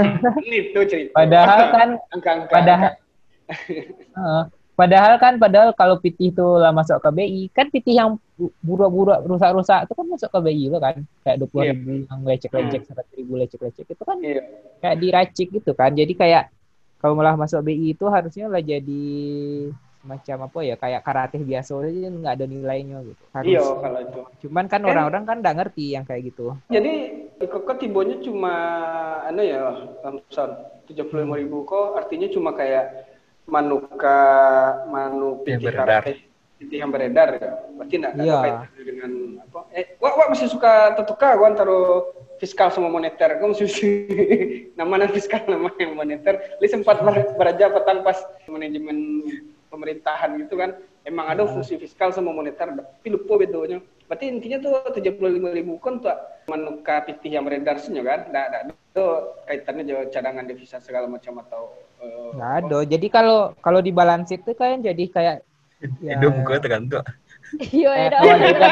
Speaker 7: Itu cerita.
Speaker 8: Padahal kan
Speaker 7: angka-angka.
Speaker 8: padahal uh, padahal kan padahal kalau pitih itu lah masuk ke B I kan pitih yang buruk-buruk rusak-rusak itu kan masuk ke B I lo kan kayak dua puluh ribu yang lecek-lecek seratus ribu lecek-lecek itu kan
Speaker 7: Iya.
Speaker 8: kayak diracik gitu kan jadi kayak kalau malah masuk B I itu harusnya lah jadi macam apa ya kayak karate biasa aja nggak ada nilainya gitu. Harus.
Speaker 7: Iya kalau itu.
Speaker 8: Cuman kan
Speaker 7: Eh.
Speaker 8: orang-orang kan nggak ngerti yang kayak gitu.
Speaker 7: Jadi kok tibonya cuma anu ya Samson tujuh puluh lima ribu kok artinya cuma kayak manuka manu
Speaker 4: Yang
Speaker 7: pitih
Speaker 4: beredar.
Speaker 7: karate pitih yang beredar ya. Berarti enggak ada
Speaker 8: Iya.
Speaker 7: kaitannya dengan apa? Eh, wah, wah masih suka tetuka gua antara fiskal sama moneter. Gua masih nama fiskal nama yang moneter. Li sempat ber- beraja petang pas manajemen pemerintahan gitu kan. Emang ada fungsi fiskal sama moneter, tapi lupa bedanya. Berarti intinya tuh tujuh puluh lima ribu kan untuk manuka pitih yang beredar sebenarnya kan. Enggak ada itu kaitannya juga cadangan devisa segala macam atau uh,
Speaker 8: Nggak ada. Jadi kalau kalau di balance sheet itu kan jadi kayak ya,
Speaker 4: Hidup gue tergantung.
Speaker 2: Iya,
Speaker 8: kayak
Speaker 2: ada.
Speaker 8: kewajiban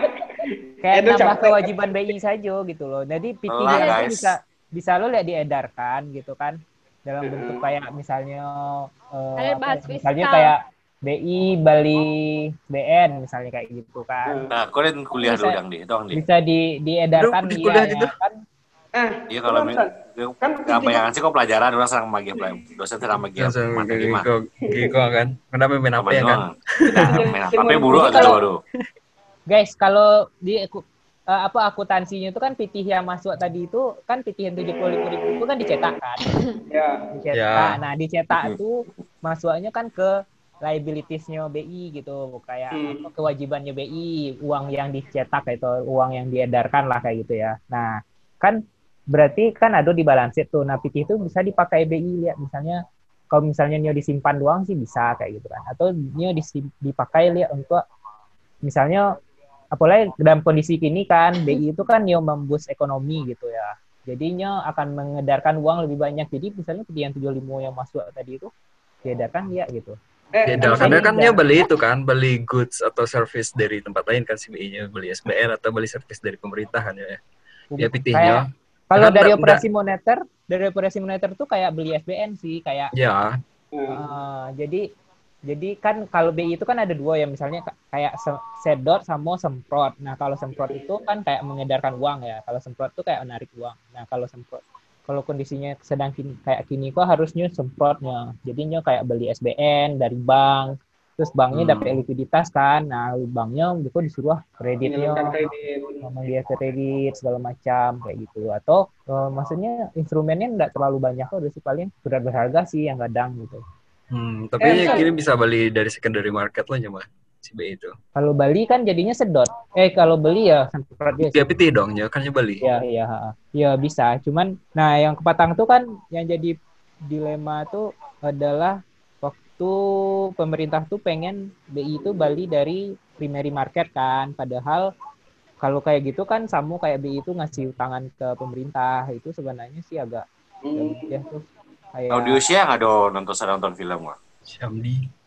Speaker 8: kayak
Speaker 7: Edo
Speaker 8: nambah
Speaker 7: capek.
Speaker 8: kewajiban B I saja gitu loh. Jadi P T-nya
Speaker 3: Lelah,
Speaker 8: itu
Speaker 3: guys.
Speaker 8: bisa bisa lo lihat diedarkan gitu kan dalam
Speaker 7: Mm-mm.
Speaker 8: bentuk kayak misalnya eh,
Speaker 2: Kalian
Speaker 8: apa
Speaker 2: bahas
Speaker 8: ya, misalnya
Speaker 2: fiskal.
Speaker 8: kayak B I Bali B N misalnya kayak gitu kan.
Speaker 7: Hmm.
Speaker 3: Nah, kalian kuliah
Speaker 8: Bisa-
Speaker 3: dulu yang di, dong di.
Speaker 8: Bisa di diedarkan
Speaker 4: Duh, di
Speaker 8: dia
Speaker 4: kuliah
Speaker 8: ya
Speaker 4: gitu.
Speaker 8: kan.
Speaker 7: Eh,
Speaker 3: Iya kalau
Speaker 7: kan,
Speaker 3: mi-
Speaker 7: kan
Speaker 3: nggak
Speaker 7: intinya-
Speaker 3: bayangan sih kok pelajaran orang serang bagi dosen serang bagi
Speaker 4: Langsung
Speaker 3: materi mah.
Speaker 4: Giko, Giko kan. Kenapa main apa ya kan?
Speaker 3: Kita main apa apa buruk
Speaker 8: Jadi
Speaker 3: aja
Speaker 8: kalau-
Speaker 3: baru.
Speaker 8: Guys, kalau di aku- eh, apa akuntansinya itu kan pitih yang masuk tadi itu kan pitih yang tujuh puluh lima ribu itu kan dicetak kan.
Speaker 7: ya
Speaker 8: Dicetak.
Speaker 4: Ya.
Speaker 8: Nah, dicetak tuh masuknya kan ke liabilities-nya B I gitu, kayak
Speaker 7: Hmm.
Speaker 8: apa, kewajibannya B I, uang yang dicetak itu, uang yang diedarkan lah kayak gitu ya. Nah, kan berarti kan ada di balance sheet tuh. Nah, P T itu bisa dipakai B I lihat misalnya kalau misalnya nio disimpan doang sih bisa kayak gitu kan. Atau nio disim- dipakai lihat untuk misalnya apalagi dalam kondisi kini kan B I itu kan nio memboost ekonomi gitu ya. Jadinya akan mengedarkan uang lebih banyak. Jadi misalnya P T yang tujuh puluh lima yang masuk tadi itu diedarkan ya gitu.
Speaker 7: eh
Speaker 4: Ya,
Speaker 8: Kan
Speaker 4: karena
Speaker 8: bisa
Speaker 4: kan
Speaker 8: juga.
Speaker 4: dia beli itu kan, beli goods atau service dari tempat lain kan si B I-nya, beli S B R atau beli service dari pemerintahan ya. Ya P
Speaker 8: Kayak-
Speaker 4: T-nya.
Speaker 8: Kalau
Speaker 4: Kan
Speaker 8: dari
Speaker 4: nggak-
Speaker 8: operasi moneter, dari operasi moneter tuh kayak beli S B N sih, kayak
Speaker 4: Ya,
Speaker 7: hmm.
Speaker 8: eh, jadi jadi kan kalau B I itu kan ada dua ya, misalnya ka- kayak se- sedot sama semprot. Nah, kalau semprot itu kan kayak mengedarkan uang ya. Kalau semprot itu kayak menarik uang. Nah, kalau semprot kalau kondisinya sedang kini, kayak kini kok harusnya semprotnya. Jadinya kayak beli S B N dari bank. Terus banknya
Speaker 4: Hmm.
Speaker 8: dapat likuiditas kan. Nah, banknya itu disuruh kreditnya
Speaker 7: menyalurkan kredit.
Speaker 8: ngomong dia kredit segala macam kayak gitu atau eh, maksudnya instrumennya nggak terlalu banyak kok udah sih paling berat berharga sih yang kadang gitu.
Speaker 4: hmm, tapi
Speaker 7: Eh,
Speaker 4: ya
Speaker 7: Sam.
Speaker 4: kini bisa beli dari secondary market lah cuma si B I itu.
Speaker 8: Kalau Bali kan jadinya sedot. Eh kalau beli ya semprot dia
Speaker 4: Dia
Speaker 8: sih.
Speaker 4: P T dong, ya kan ya beli.
Speaker 8: Iya iya ha. Ya bisa. Cuman nah yang kepatang tuh kan yang jadi dilema tuh adalah waktu pemerintah tuh pengen B I itu Bali dari primary market kan. Padahal kalau kayak gitu kan sama kayak B I itu ngasih utangan ke pemerintah itu sebenarnya sih agak
Speaker 7: Hmm.
Speaker 8: ya tuh kayak
Speaker 3: Audio siang ada nonton nonton film nggak?
Speaker 4: Syamdi.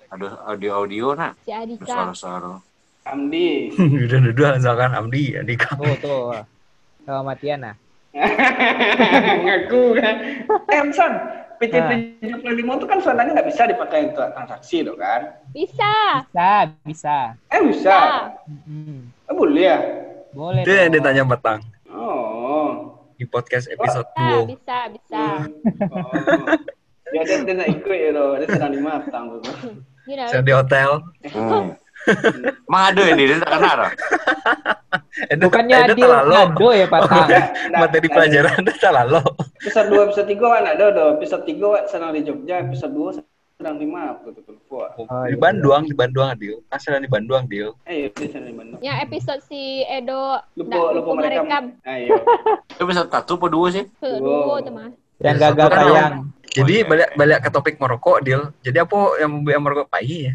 Speaker 3: Aduh, audio-audio nak.
Speaker 2: Si Adika.
Speaker 3: Suara-suara.
Speaker 7: Amdi.
Speaker 4: Udah dua misalkan Amdi, Andika.
Speaker 8: Tuh tuh. Sama Matian nah.
Speaker 7: Ngaku kan. Eh, San, P C tujuh puluh lima itu kan sebenarnya nggak bisa dipakai untuk transaksi, tuh kan?
Speaker 2: Bisa.
Speaker 8: Bisa, bisa.
Speaker 7: Eh, bisa.
Speaker 8: Hmm.
Speaker 7: Eh, boleh ya?
Speaker 8: Boleh.
Speaker 4: Itu yang
Speaker 8: dong.
Speaker 4: ditanya Batang
Speaker 7: Oh.
Speaker 4: di podcast episode
Speaker 2: Bisa,
Speaker 4: dua.
Speaker 2: bisa, bisa.
Speaker 7: Oh. Ya, dia, dia nak ikut ya, loh. Dia sedang di matang tuh.
Speaker 2: You know.
Speaker 4: Saya di hotel.
Speaker 3: Hmm. Emang ada ini, dia tak kenal lah.
Speaker 4: Itu
Speaker 8: Bukannya
Speaker 4: itu
Speaker 8: Adil
Speaker 4: terlalu
Speaker 8: ngado ya Patang.
Speaker 4: materi pelajaran itu terlalu.
Speaker 7: Episode dua, episode tiga wak nak ada, do. Episode tiga wak sedang di Jogja, episode dua sedang di Map, tuh, tuh, tuh.
Speaker 8: Oh,
Speaker 4: Di
Speaker 8: iya.
Speaker 4: Bandung, di Bandung Adil. Asal di Bandung Adil.
Speaker 7: Eh, dia sedang di Bandung.
Speaker 2: Yang episode si Edo
Speaker 7: Lupa,
Speaker 2: nggak
Speaker 7: lupa merekam. Ayo.
Speaker 3: Itu bisa satu apa dua sih?
Speaker 2: kedua teman.
Speaker 8: Yang gagal
Speaker 4: Satu kan
Speaker 8: tayang.
Speaker 4: Jadi
Speaker 3: Oh, iya.
Speaker 4: balik balik ke topik merokok, Adil. Jadi apa yang yang merokok pai ya?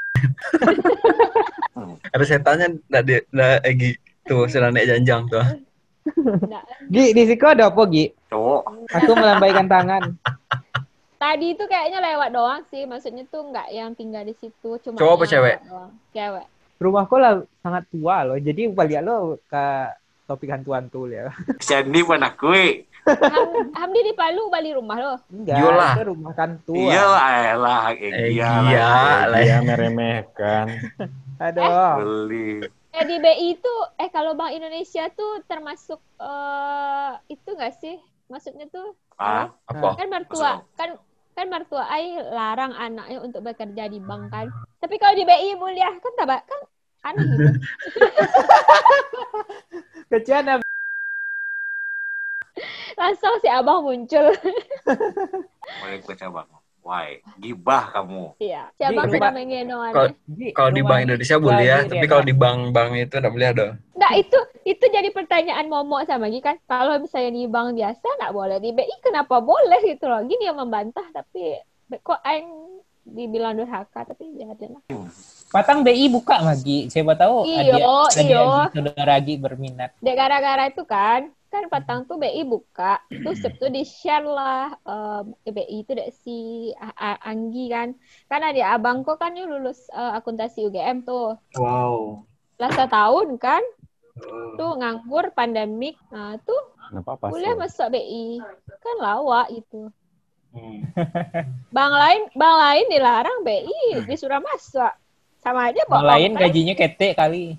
Speaker 4: Ada setannya ndak di ndak Egi tuh sedang naik janjang tuh.
Speaker 2: Nggak.
Speaker 8: Gi, di situ ada apa Gi?
Speaker 3: Cowok.
Speaker 8: Aku melambaikan tangan.
Speaker 2: Tadi itu kayaknya lewat doang sih, maksudnya tuh nggak yang tinggal di situ, cuma
Speaker 4: Cowok apa
Speaker 2: yang
Speaker 4: cewek?
Speaker 2: lewat doang. Cewek.
Speaker 8: Rumahku lah sangat tua loh. Jadi balik lo ke topik hantu-hantu ya.
Speaker 3: Sandi pun aku.
Speaker 2: Ham- Hamdi di Palu balik rumah lo.
Speaker 8: Enggak,
Speaker 4: Iyalah.
Speaker 8: itu rumah kan tua.
Speaker 3: Iya lah, elah,
Speaker 4: Eh,
Speaker 3: iya
Speaker 4: iya lah.
Speaker 1: Dia meremehkan.
Speaker 8: Aduh.
Speaker 3: Beli.
Speaker 2: Eh di B I itu, eh kalau Bank Indonesia tuh termasuk eh itu nggak sih? Maksudnya tuh
Speaker 3: Ah,
Speaker 4: Apa?
Speaker 2: kan mertua kan kan mertua Ai larang anaknya untuk bekerja di bank kan. Tapi kalau di B I mulia kan tak ba- kan aneh gitu.
Speaker 8: Kecian
Speaker 2: Langsung si abang muncul.
Speaker 3: boleh gue coba. Why? Gibah kamu.
Speaker 2: Iya. Si abang
Speaker 8: Tapi-
Speaker 2: sudah mengendong
Speaker 4: Kalau
Speaker 2: aneh.
Speaker 4: kalau di Bank Indonesia boleh ya, tapi kalau di bank-bank itu nggak boleh ada.
Speaker 2: Nggak, itu itu jadi pertanyaan momok sama Gi kan. Kalau misalnya di bank biasa nggak boleh, di B I kenapa boleh gitu loh. Gini yang membantah tapi kok aing dibilang durhaka tapi ya ada lah.
Speaker 8: Patang B I buka lagi. Siapa tahu
Speaker 2: Iyo,
Speaker 8: ada
Speaker 2: iyo.
Speaker 8: ada saudara Gi berminat.
Speaker 2: Dek gara-gara itu kan, kan Patang tuh B I buka, terus itu di share lah um, B I itu dek si A- A- Anggi kan, kan ada abangku kan yang lulus uh, akuntansi U G M tuh,
Speaker 4: Wow.
Speaker 2: lah setahun kan, tuh nganggur pandemik, nah tuh
Speaker 1: Kenapa pas?
Speaker 2: kuliah masuk B I, kan lawak itu.
Speaker 4: Hmm.
Speaker 2: Bank lain, bank lain dilarang B I disuruh masuk, sama aja
Speaker 8: Yang
Speaker 2: bawa
Speaker 8: lain
Speaker 2: kan.
Speaker 8: gajinya ketek kali.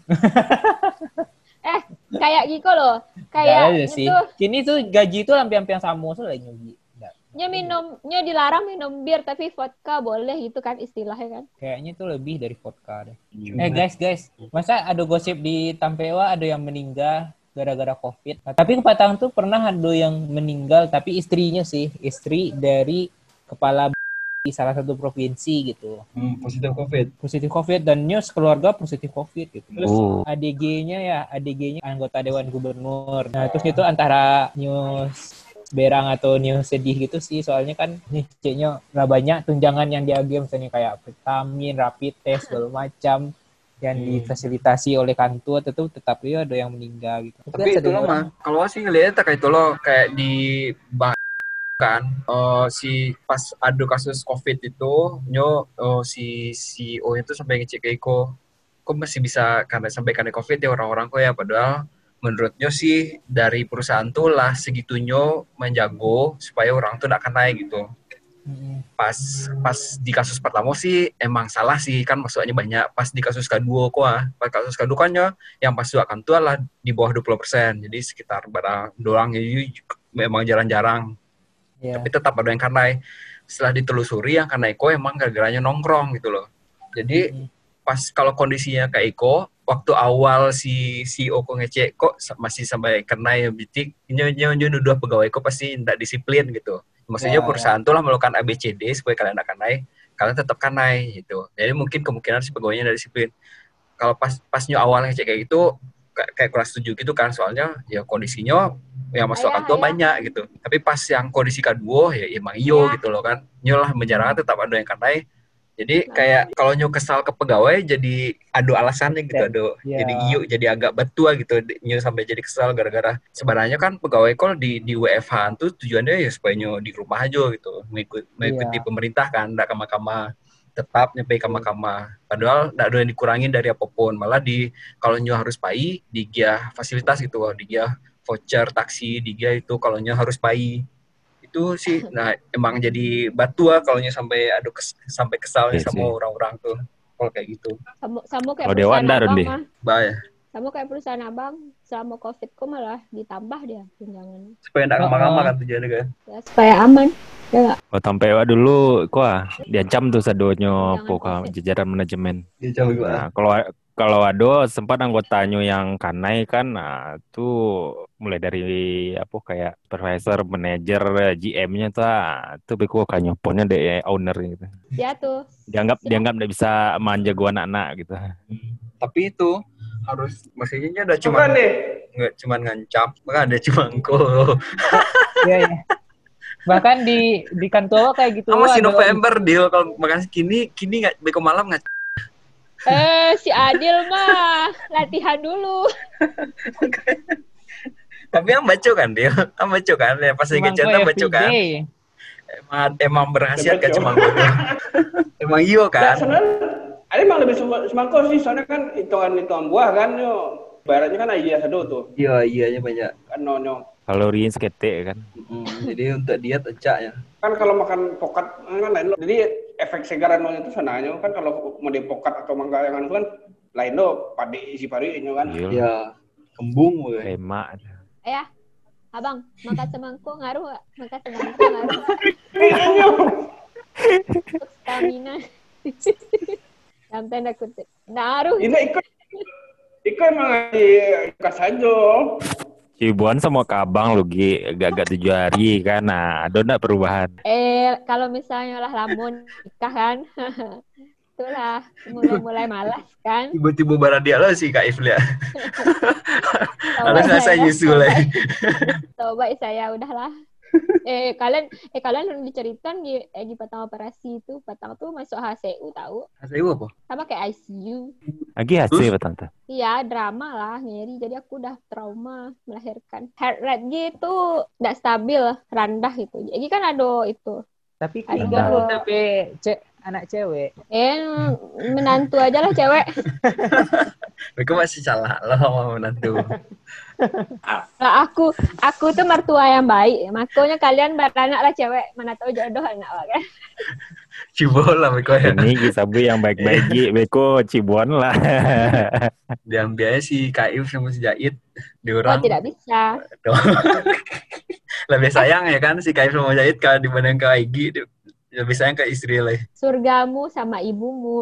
Speaker 2: Eh kayak gitu loh,
Speaker 8: Nggak
Speaker 2: kayak
Speaker 8: ada sih.
Speaker 2: itu.
Speaker 8: Kini tuh gaji tuh hampir-hampir sama tuh lah nyugi. Nggak.
Speaker 2: Nya minum, nya dilarang minum bir tapi vodka boleh gitu kan istilahnya kan.
Speaker 8: Kayaknya tuh lebih dari vodka deh. Eh guys, guys, masa ada gosip di Tampewa ada yang meninggal gara-gara COVID. Nah, tapi Patang tuh pernah ada yang meninggal tapi istrinya sih, istri dari kepala di salah satu provinsi gitu.
Speaker 4: Hmm, positif COVID.
Speaker 8: Positif COVID dan news keluarga positif COVID gitu. Terus
Speaker 1: Oh.
Speaker 8: A D G-nya ya, A D G-nya anggota Dewan Gubernur. Nah, terus itu antara news berang atau news sedih gitu sih, soalnya kan nih C-nya nggak banyak tunjangan yang diagih, misalnya kayak vitamin, rapid test, segala macam yang difasilitasi oleh kantor, tetap tetap ya ada yang meninggal gitu.
Speaker 4: Tapi itu loh mah, kalau sih ngeliatnya kayak itu loh, kayak di bank kan, eh, si pas ada kasus COVID itu, nyo oh, si C E O itu sampai ngecek ke Iko, kok masih bisa karena sampai karena COVID ya orang-orang kok ya, padahal menurutnya sih dari perusahaan tuh lah segitunya menjago supaya orang tuh tidak akan naik gitu.
Speaker 8: Mm-mm.
Speaker 4: Pas pas di kasus pertama sih emang salah sih kan masuknya banyak. Pas di kasus kedua kok ah, pas kasus kedua kan ya, yang pas akan tuh lah di bawah dua puluh persen. Jadi sekitar pada doang jadi memang jarang-jarang.
Speaker 8: Ya.
Speaker 4: Tapi tetap ada yang karena setelah ditelusuri yang karena Eko emang gara-garanya nongkrong gitu loh. Jadi
Speaker 8: Mm-mm.
Speaker 4: pas kalau kondisinya kayak Eko, waktu awal si C E O kok ngecek kok masih sampai kena yang bitik, nyonya nyonya dua pegawai kok pasti tidak disiplin gitu. Maksudnya
Speaker 8: Ya,
Speaker 4: perusahaan tuh lah melakukan A B C D supaya kalian akan naik, kalian tetap kan naik gitu. Jadi mungkin kemungkinan si pegawainya tidak disiplin. Kalau pas pasnya awal ngecek kayak gitu, kayak, kayak kurang setuju gitu kan, soalnya ya kondisinya yang masuk
Speaker 2: Ayah,
Speaker 4: kantor
Speaker 2: ayah.
Speaker 4: banyak gitu. Tapi pas yang kondisi kedua ya emang iyo
Speaker 2: Ayah.
Speaker 4: gitu loh kan. Nyo lah menjarang tetap ada yang kan naik. Jadi kayak kalau nyo kesal ke pegawai jadi adu alasannya gitu, adu
Speaker 8: Ya.
Speaker 4: jadi iyo jadi agak betua gitu nyo sampai jadi kesal gara-gara sebenarnya kan pegawai kalau di di W F H tuh tujuannya ya supaya nyo di rumah aja gitu, mengikut mengikuti
Speaker 8: Iya.
Speaker 4: pemerintah kan, ndak kama-kama tetap nyampe kama-kama. Padahal tidak ada yang dikurangin dari apapun. Malah di kalau nyo harus pai, di gia fasilitas gitu, di gia voucher taksi, di gia itu kalau nyo harus pai. Itu sih, nah emang jadi batu lah kalau nyo sampai aduh kes, sampai kesalnya
Speaker 5: Iya
Speaker 4: sama
Speaker 5: sih.
Speaker 4: orang-orang tuh. Kalau kayak gitu.
Speaker 2: Sama, sama kayak
Speaker 5: Kalau Dewan
Speaker 2: perusahaan
Speaker 5: dah,
Speaker 2: abang
Speaker 5: Rondi.
Speaker 2: mah.
Speaker 4: Bahaya.
Speaker 2: Sama kayak perusahaan abang, selama COVID kok malah ditambah dia tunjangan.
Speaker 4: Supaya tidak
Speaker 8: Oh,
Speaker 4: kama-kama
Speaker 8: oh.
Speaker 4: kan tujuannya kan.
Speaker 2: Ya, supaya aman. Ya nggak?
Speaker 5: Oh, sampai wa dulu kuah diancam tuh sadonyo
Speaker 2: Jangan
Speaker 5: poka
Speaker 2: COVID.
Speaker 5: jajaran manajemen.
Speaker 4: Dia jauh juga.
Speaker 5: Nah, kalau kalau ado sempat anggotanyo yang kanai kan, nah tuh mulai dari apa kayak supervisor, manajer, G M-nya tuh, ah, tuh beko kanyo ponnya deh owner gitu.
Speaker 2: Ya tuh.
Speaker 5: Dianggap
Speaker 2: Siap.
Speaker 5: dianggap tidak bisa manja gua anak-anak gitu.
Speaker 4: Tapi itu harus maksudnya udah cuma
Speaker 7: Bukan deh.
Speaker 4: nggak cuma ngancam, maka ada cuma engko.
Speaker 8: Iya, iya. Bahkan di di kantor kayak gitu.
Speaker 4: Ah, masih
Speaker 8: ada-
Speaker 4: November deal kalau makan kini kini nggak beko malam nggak.
Speaker 2: Eh, si Adil mah latihan dulu.
Speaker 4: Tapi yang baca kan dia, yang baca kan ya pas lagi
Speaker 8: Cuma
Speaker 4: ngechat
Speaker 8: kok
Speaker 4: baca kan.
Speaker 8: everyday.
Speaker 4: Emang emang berkhasiat kan
Speaker 7: Baca.
Speaker 4: cuma gue. Emang iyo
Speaker 7: Nah,
Speaker 4: kan.
Speaker 7: sebenarnya ada emang lebih sem- semangko sih, soalnya kan hitungan-hitungan buah kan yo. Baratnya kan idea sado tuh.
Speaker 4: Iya iyanya banyak.
Speaker 7: Kan nonyo.
Speaker 5: Kaloriin sekete kan.
Speaker 4: Mm, jadi untuk diet encak ya.
Speaker 7: Kan kalau makan pokat kan lain loh. Jadi efek segaran nonyo itu sananya kan kalau mau di pokat atau mangga yang anu kan lain loh, padi isi pari ini kan.
Speaker 5: Iya.
Speaker 4: Ya kembung gue.
Speaker 5: Lemak.
Speaker 2: Eh ya, abang, makan semangkuk ngaruh nggak? Makan semangkuk ngaruh nggak? Untuk stamina. Dalam tanda kutip. Ngaruh.
Speaker 7: Ini ikut ikut emang ikas saja.
Speaker 5: Cibuan sama kabang lu Gi, agak-agak tujuh hari kan. Nah, ada enggak perubahan?
Speaker 2: Eh, kalau misalnya lah lamun nikah kan, itulah mulai-mulai malas kan.
Speaker 4: Tiba-tiba barang dia lah sih Kak Ifli ya. Harus
Speaker 2: Tobat
Speaker 4: saya nyusul
Speaker 2: tobat.
Speaker 4: lagi.
Speaker 2: Tobat saya udahlah. Eh kalian eh kalian udah diceritain di eh, di Patang operasi itu, Patang tuh masuk H C U tahu?
Speaker 4: Saya apa?
Speaker 2: Sama kayak I C U.
Speaker 5: Lagi hasil apa tante?
Speaker 2: Iya, drama lah, nyeri. Jadi aku udah trauma melahirkan. Heart rate gitu nggak stabil, rendah gitu. Jadi kan ada itu.
Speaker 8: Tapi
Speaker 2: Ada.
Speaker 8: kan lu tapi cek anak cewek.
Speaker 2: Eh, menantu aja lah cewek.
Speaker 4: Mereka masih salah loh sama menantu.
Speaker 2: Lah aku, aku tuh mertua yang baik. Makanya kalian beranak lah cewek. Mana tahu jodoh anak lah kan.
Speaker 4: Cibo lah mereka ya.
Speaker 5: Ini Gi Sabu yang baik-baik Gi, beko Cibuan lah.
Speaker 4: Diambilnya si Kak If sama si Jait. Di
Speaker 2: Oh,
Speaker 4: orang.
Speaker 2: tidak bisa.
Speaker 4: Lebih sayang ya kan si Kak If sama Jait kalau dibanding ke Aigi. Lebih sayang ke istri lah.
Speaker 2: Surgamu sama ibumu.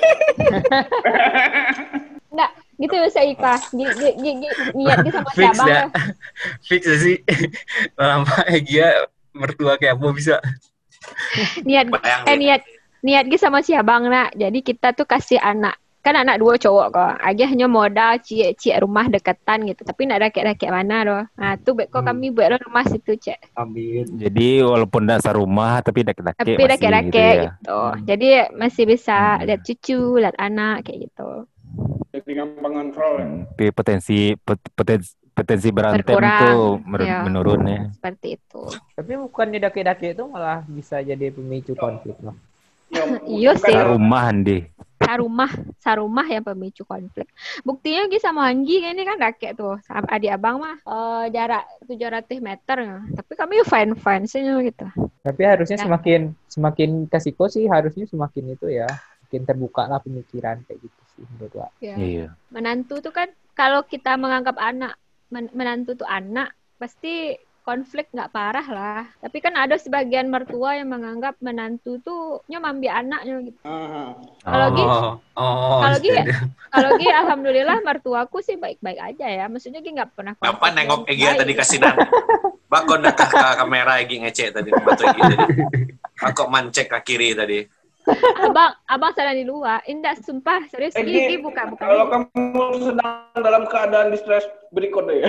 Speaker 2: Nggak, gitu ya saya Ika. Gi- gi- gi- gi- Niat dia sama si
Speaker 4: Fix
Speaker 2: abang
Speaker 4: ya.
Speaker 2: lah.
Speaker 4: Fix ya sih. Lama Aigi ya mertua kayak apa bisa.
Speaker 2: Niat
Speaker 3: Bayang
Speaker 2: eh
Speaker 3: deh.
Speaker 2: niat niat gi sama si abang nak. Jadi kita tuh kasih anak. Kan anak dua cowok kok. Agi hanya modal cie-cie rumah deketan gitu. Tapi nak rakyat-rakyat mana doh. Nah, tuh beko
Speaker 4: Hmm.
Speaker 2: kami buat doh rumah situ, Cek.
Speaker 4: Amin.
Speaker 5: Jadi walaupun enggak serumah tapi deket-deket
Speaker 2: Tapi
Speaker 5: masih
Speaker 2: rakyat-rakyat
Speaker 5: gitu ya.
Speaker 2: gitu. Jadi masih bisa
Speaker 5: Hmm.
Speaker 2: lihat cucu, lihat anak kayak gitu.
Speaker 7: Jadi gampang kontrol. Ya.
Speaker 5: Hmm, Tapi potensi pot- potensi potensi berantem
Speaker 2: Berkurang,
Speaker 5: tuh mer-
Speaker 2: iya.
Speaker 5: menurun ya.
Speaker 2: Seperti itu.
Speaker 8: Tapi bukannya daki-daki itu malah bisa jadi pemicu konflik loh.
Speaker 2: Iya sih.
Speaker 5: Sarumah Andi.
Speaker 2: Sarumah, sarumah yang pemicu konflik. Buktinya Gi sama Anggi ini kan rakyat tuh. Sama adik abang mah eh, jarak tujuh ratus meter. Ya. Tapi kami fine-fine sih gitu.
Speaker 8: Tapi harusnya
Speaker 2: Ya.
Speaker 8: semakin semakin kasiko sih harusnya semakin itu ya. Makin terbuka lah pemikiran kayak gitu sih menurut gua.
Speaker 2: Ya.
Speaker 5: Iya.
Speaker 2: Menantu tuh kan kalau kita menganggap anak men- menantu tuh anak pasti konflik nggak parah lah. Tapi kan ada sebagian mertua yang menganggap menantu tuh nyambi anaknya gitu.
Speaker 7: Aha.
Speaker 2: Kalau Gi,
Speaker 4: Oh, oh,
Speaker 2: kalau Gi,
Speaker 4: gitu.
Speaker 2: kalau Gi, alhamdulillah mertuaku sih baik-baik aja ya. Maksudnya Gi nggak pernah.
Speaker 3: Bapak
Speaker 2: konflik
Speaker 3: nengok
Speaker 2: yang
Speaker 3: Egi
Speaker 2: baik.
Speaker 3: tadi kasih dan. Bakon dekat ke kamera Egi ngecek tadi mata Egi tadi. Bakok mancek ke kiri tadi.
Speaker 2: Abang, abang salah di luar. Indah, sumpah serius
Speaker 7: Eh,
Speaker 2: Gi,
Speaker 7: Gi,
Speaker 2: Gi buka buka.
Speaker 7: Kalau kamu sedang dalam keadaan distress, beri kode ya.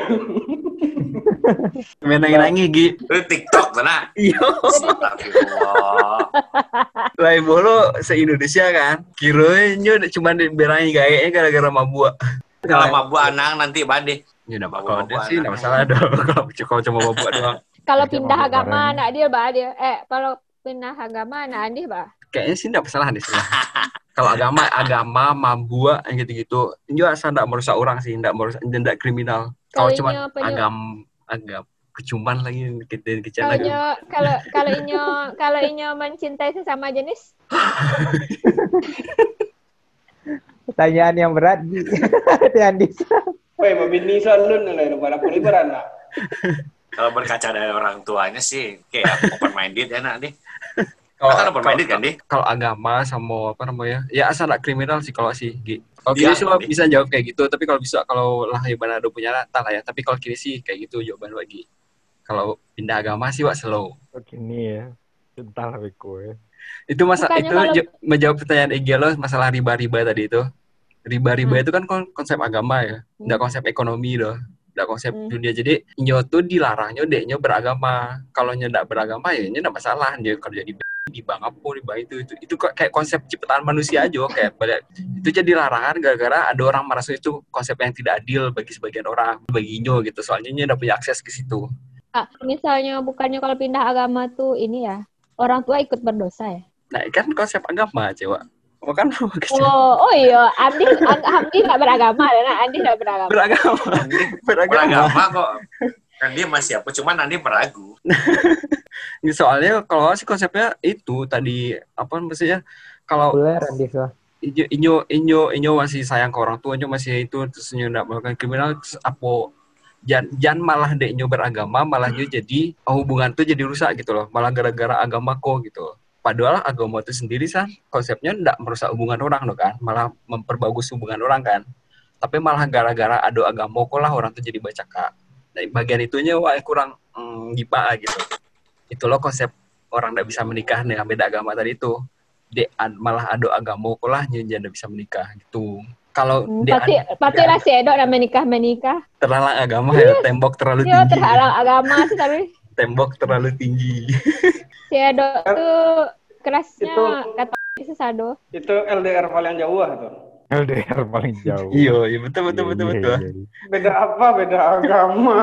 Speaker 4: Main nangis-nangis Gi.
Speaker 3: Itu TikTok mana?
Speaker 4: Iya.
Speaker 3: Astagfirullah.
Speaker 4: Lai bolo se-Indonesia kan. Kiranya cuma diberangi kayaknya gara-gara mabuk.
Speaker 3: Kalau mabuk anak nanti banding.
Speaker 4: Ya udah
Speaker 3: Mabuk
Speaker 4: kalau dia
Speaker 3: mabuk
Speaker 4: sih
Speaker 3: anak.
Speaker 4: enggak masalah dong. Kalau kalau cuma mabuk doang.
Speaker 2: Kalau
Speaker 5: Aja
Speaker 2: pindah
Speaker 5: mabuk
Speaker 2: agama
Speaker 5: bareng.
Speaker 2: anak dia bah dia. Eh, kalau pindah agama anak Andi bah.
Speaker 6: kayaknya sih enggak masalah nih sebenarnya. Kalau agama, agama, mabua, yang gitu-gitu, itu asal enggak merusak orang sih, enggak merusak, enggak kriminal. Kalau
Speaker 2: Kalau
Speaker 6: cuma
Speaker 2: inyo penyu-
Speaker 6: agam, agam kecuman lagi, kita kecil
Speaker 2: Kalau
Speaker 6: lagi.
Speaker 2: inyo kalau kalau inyo kalau inyo mencintai sesama jenis,
Speaker 8: Pertanyaan yang berat Gi. Hati Andis.
Speaker 7: Woi, mabini salun na lang para pulibaran na.
Speaker 3: Kalau berkaca dari orang tuanya sih kayak open minded enak deh.
Speaker 6: Kalau
Speaker 3: Kan open minded kan deh.
Speaker 6: kalau agama sama apa namanya, ya asal nggak kriminal sih kalau sih. Gi. Kalau
Speaker 3: Iya,
Speaker 6: kini sih lo
Speaker 3: Gi.
Speaker 6: bisa jawab kayak gitu, tapi kalau bisa kalau lah ya ada punya tak lah ya. Tapi kalau kini sih kayak gitu jawaban lagi. Kalau pindah agama sih wak slow.
Speaker 5: Begini ya. Entah lah Beko ya.
Speaker 6: Itu masa
Speaker 2: Bukannya
Speaker 6: itu
Speaker 2: kalau-
Speaker 6: j- menjawab pertanyaan I G lo masalah riba-riba tadi itu. Riba-riba
Speaker 2: Hmm.
Speaker 6: itu kan kon- konsep agama ya, enggak konsep ekonomi doh. Enggak konsep
Speaker 2: Hmm.
Speaker 6: dunia. Jadi nyo tuh dilarangnya deknya beragama. Kalau nyo enggak beragama ya nyo enggak masalah. Dia kerja di di bank apa di bank itu itu itu kok kayak konsep ciptaan manusia aja kayak pada itu jadi larangan gara-gara ada orang merasa itu konsep yang tidak adil bagi sebagian orang bagi nyo gitu soalnya nyo udah punya akses ke situ.
Speaker 2: ah, misalnya bukannya kalau pindah agama tuh ini ya, orang tua ikut berdosa ya.
Speaker 6: Nah kan konsep agama cewek. Oh kan
Speaker 2: Oh, oh iya, Andi Andi nggak beragama, nah Andi nggak beragama.
Speaker 6: beragama. Beragama.
Speaker 3: Beragama kok. Kan dia masih apa? Cuman nanti meragu.
Speaker 6: Soalnya kalau sih konsepnya itu tadi apa maksudnya kalau
Speaker 8: Populer Andis lah.
Speaker 6: inyo inyo inyo inyo masih sayang ke orang tua, inyo masih itu terus inyo nggak melakukan kriminal terus apa jangan jangan malah dek inyo beragama malah inyo jadi oh, hubungan tuh jadi rusak gitu loh malah gara-gara agama kok gitu loh. Padahal agama itu sendiri kan konsepnya nggak merusak hubungan orang loh kan malah memperbagus hubungan orang kan tapi malah gara-gara ada agama kok lah orang tuh jadi bacaka. Nah bagian itunya wah kurang hmm, gipa gitu. Itu loh konsep orang nggak bisa menikah dengan beda agama tadi itu. Dek malah ada agama kok lah jangan bisa menikah gitu. Kalau
Speaker 2: Hmm,
Speaker 6: di
Speaker 2: pasti pasti lah si Edo udah menikah menikah.
Speaker 6: terhalang agama ya tembok terlalu
Speaker 2: Dia
Speaker 6: tinggi.
Speaker 2: terhalang agama sih tapi
Speaker 6: Tembok terlalu tinggi.
Speaker 2: si Edo tuh kerasnya
Speaker 7: Itu-
Speaker 2: kata sesado.
Speaker 7: Itu L D R paling jauh ah tuh.
Speaker 5: L D R paling jauh.
Speaker 6: Iya, iya betul betul
Speaker 5: Iya,
Speaker 6: betul
Speaker 5: iya,
Speaker 6: betul.
Speaker 5: iya, iya.
Speaker 7: Beda apa? Beda agama.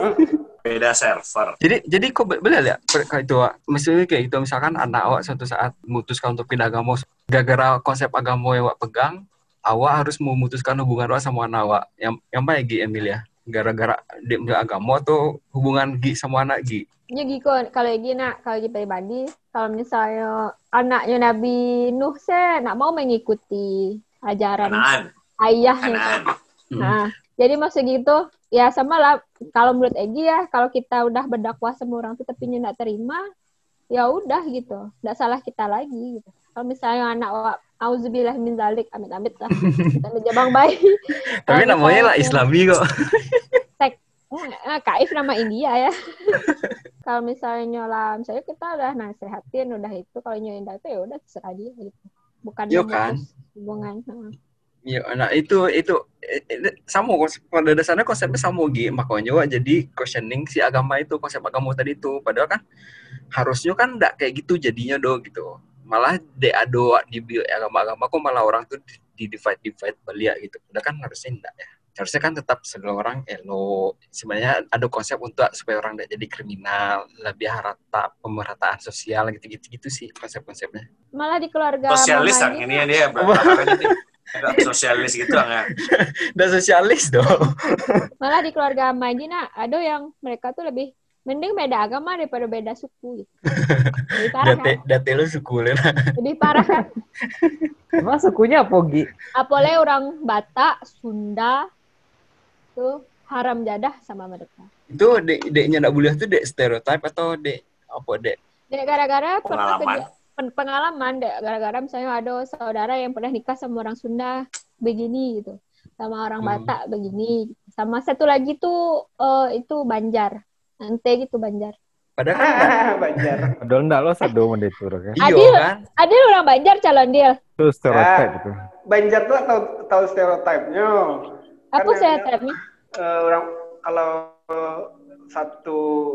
Speaker 3: Beda server.
Speaker 6: Jadi jadi kok be- bener ya per- kayak itu Wak? Maksudnya kayak itu misalkan anak awak suatu saat memutuskan untuk pindah agama gara-gara konsep agama yang awak pegang, awak harus memutuskan hubungan awak sama anak awak. Yang yang mana Gi Emil ya? Gara-gara dia pindah agama atau hubungan Gi sama anak Gi?
Speaker 2: Ya gitu kalau Egi nak kalau Egi pribadi kalau misalnya anaknya Nabi Nuh saya nak mau mengikuti ajaran
Speaker 3: Kanaan.
Speaker 2: ayahnya.
Speaker 3: Kanaan.
Speaker 2: Nah, jadi maksud gitu ya sama lah kalau menurut Egi ya kalau kita udah berdakwah sama orang tuh tapi nggak terima ya udah gitu nggak salah kita lagi gitu. Kalau misalnya anak wa auzubillah min zalik amit-amit lah kita menjabang bayi.
Speaker 6: Tapi
Speaker 2: Kalau
Speaker 6: namanya lah
Speaker 2: misalnya
Speaker 6: Islami kok.
Speaker 2: sek eh, Kaif nama India ya. Kalau misalnya lah misalnya kita udah nasehatin udah itu kalau nyoindah itu ya udah terserah dia gitu. Bukan
Speaker 6: Iya kan?
Speaker 2: memutus hubungan. Heeh.
Speaker 6: Iya, nah itu itu eh, eh, sama kons- pada dasarnya konsepnya sama Gi, makanya Wak jadi questioning si agama itu konsep agama tadi itu, padahal kan harusnya kan enggak kayak gitu jadinya do gitu, malah de ado di bio- agama-agama kok malah orang tuh di, di divide divide belia gitu, udah kan harusnya enggak ya, harusnya kan tetap semua orang elo, sebenarnya ada konsep untuk supaya orang enggak jadi kriminal, lebih rata pemerataan sosial gitu-gitu gitu sih konsep-konsepnya.
Speaker 2: Malah di keluarga
Speaker 3: Sosialis
Speaker 2: Mama
Speaker 3: yang
Speaker 2: Egi
Speaker 3: ini ya dia belakangnya dia. Agak sosialis gitu enggak?
Speaker 6: Udah sosialis dong.
Speaker 2: malah di keluarga Maji nak ada yang mereka tuh lebih mending beda agama daripada beda suku gitu. Lebih parah
Speaker 6: Date
Speaker 2: kan?
Speaker 6: date lu sukulen.
Speaker 2: Lebih parah kan?
Speaker 8: Emang sukunya apa Gi?
Speaker 2: Apalagi orang Batak, Sunda tuh haram jadah sama mereka.
Speaker 6: Itu dek deknya ndak boleh tuh dek stereotip atau dek apa dek?
Speaker 2: Dek gara-gara pernah
Speaker 3: Pengalaman.
Speaker 2: keja- pen- pengalaman dek gara-gara misalnya ada saudara yang pernah nikah sama orang Sunda begini gitu. Sama orang
Speaker 6: Hmm.
Speaker 2: Batak begini. Sama satu lagi tuh eh, itu Banjar. Ente gitu Banjar.
Speaker 6: Padahal kan nggak-
Speaker 7: Banjar.
Speaker 5: Padahal enggak lo sado mendetur kan.
Speaker 6: iya
Speaker 2: Adil.
Speaker 6: kan?
Speaker 2: Ada orang Banjar calon deal.
Speaker 5: Itu stereotip
Speaker 7: Ah.
Speaker 5: itu.
Speaker 7: Banjar tuh tahu tahu stereotipnya.
Speaker 2: Apa
Speaker 7: Kan
Speaker 2: saya
Speaker 7: namanya,
Speaker 2: terapnya?
Speaker 7: eh, orang kalau satu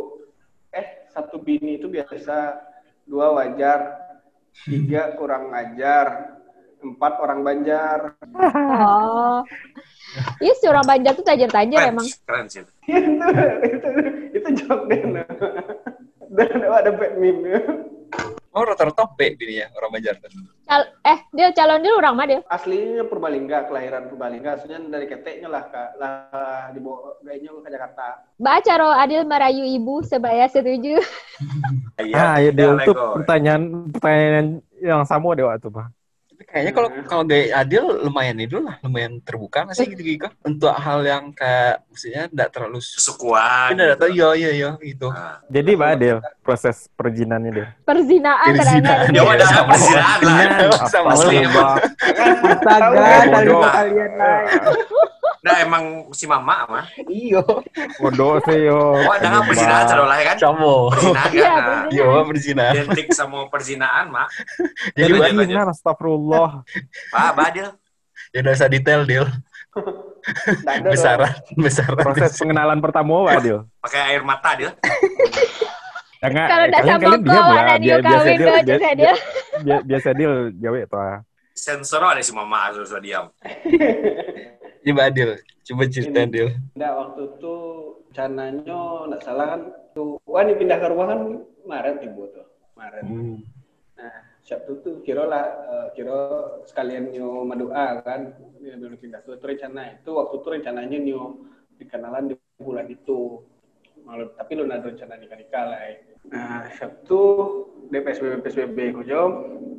Speaker 7: eh satu bini itu biasa dua wajar, tiga kurang ajar, empat orang Banjar.
Speaker 2: Oh. Iya si orang Banjar tuh tajir-tajir
Speaker 3: Keren,
Speaker 2: emang.
Speaker 3: keren sih.
Speaker 7: itu itu itu joke deh. Dan ada bad meme.
Speaker 4: Oh, rata-rata P gini ya orang Banjar.
Speaker 2: Cal- eh, dia calon dia orang mana dia?
Speaker 7: Aslinya Purbalingga, kelahiran Purbalingga. Aslinya dari keteknya lah, Kak. Lah dibawa gayanya ke Jakarta.
Speaker 2: Baca roh Adil merayu ibu sebaya setuju.
Speaker 5: Ah, ya dia untuk pertanyaan pertanyaan yang sama deh waktu Pak.
Speaker 4: Kayaknya kalau kalau gaya Adil lumayan itu lah, lumayan terbuka nggak sih gitu-gitu untuk hal yang kayak maksudnya tidak terlalu
Speaker 3: Kesukuan.
Speaker 4: tidak tahu iya iya iya gitu.
Speaker 3: Nah.
Speaker 5: Jadi Pak Adil, proses perjinannya dia.
Speaker 2: Perzinaan
Speaker 4: Perzinaan.
Speaker 3: Ya udah perzinaan lah.
Speaker 4: Sama
Speaker 3: Asli
Speaker 4: sama.
Speaker 3: emang.
Speaker 7: Astaga,
Speaker 3: tadi
Speaker 7: kalian lain.
Speaker 3: Nah emang si mama mah.
Speaker 7: Iyo.
Speaker 5: Bodoh sih yo.
Speaker 3: Oh, ada nggak perzinaan saudara lah ya kan?
Speaker 4: Sama.
Speaker 3: Perzinaan
Speaker 2: Iya,
Speaker 3: kan? Nah,
Speaker 4: Iya, perzinaan.
Speaker 3: identik sama perzinaan mak.
Speaker 4: Jadi
Speaker 3: Lanjut,
Speaker 4: banyak.
Speaker 3: lanjut.
Speaker 5: Benar, astagfirullah.
Speaker 3: Pak Badil.
Speaker 4: Ya udah usah detail, Dil. Besaran, besaran.
Speaker 5: Proses pengenalan pertama Pak Adil.
Speaker 3: Pakai air mata dia.
Speaker 5: Jangan,
Speaker 2: Kalau udah
Speaker 5: kalian
Speaker 2: sama
Speaker 5: kalian diam
Speaker 2: kau,
Speaker 5: lah.
Speaker 2: anak dia
Speaker 5: Biar- Biasa
Speaker 2: kawin
Speaker 5: dia,
Speaker 2: tuh
Speaker 5: biar-
Speaker 2: juga dia.
Speaker 5: biar- biasa dia jawab tuh.
Speaker 3: Sensor ada si mama harus diam.
Speaker 4: Coba Adil, coba ceritain Dil.
Speaker 7: Nah, waktu itu rencananya nggak salah kan tuh Wani pindah ke rumah kan Maret ibu tuh Maret.
Speaker 4: Hmm.
Speaker 7: Nah Sabtu tuh kira lah uh, kira sekalian nyo madoa kan dia dulu pindah tuh itu rencana itu waktu itu rencananya nyo dikenalan di bulan itu malu tapi lu ada rencana nikah nikah lah. Nah Sabtu di P S B B P S B B kujom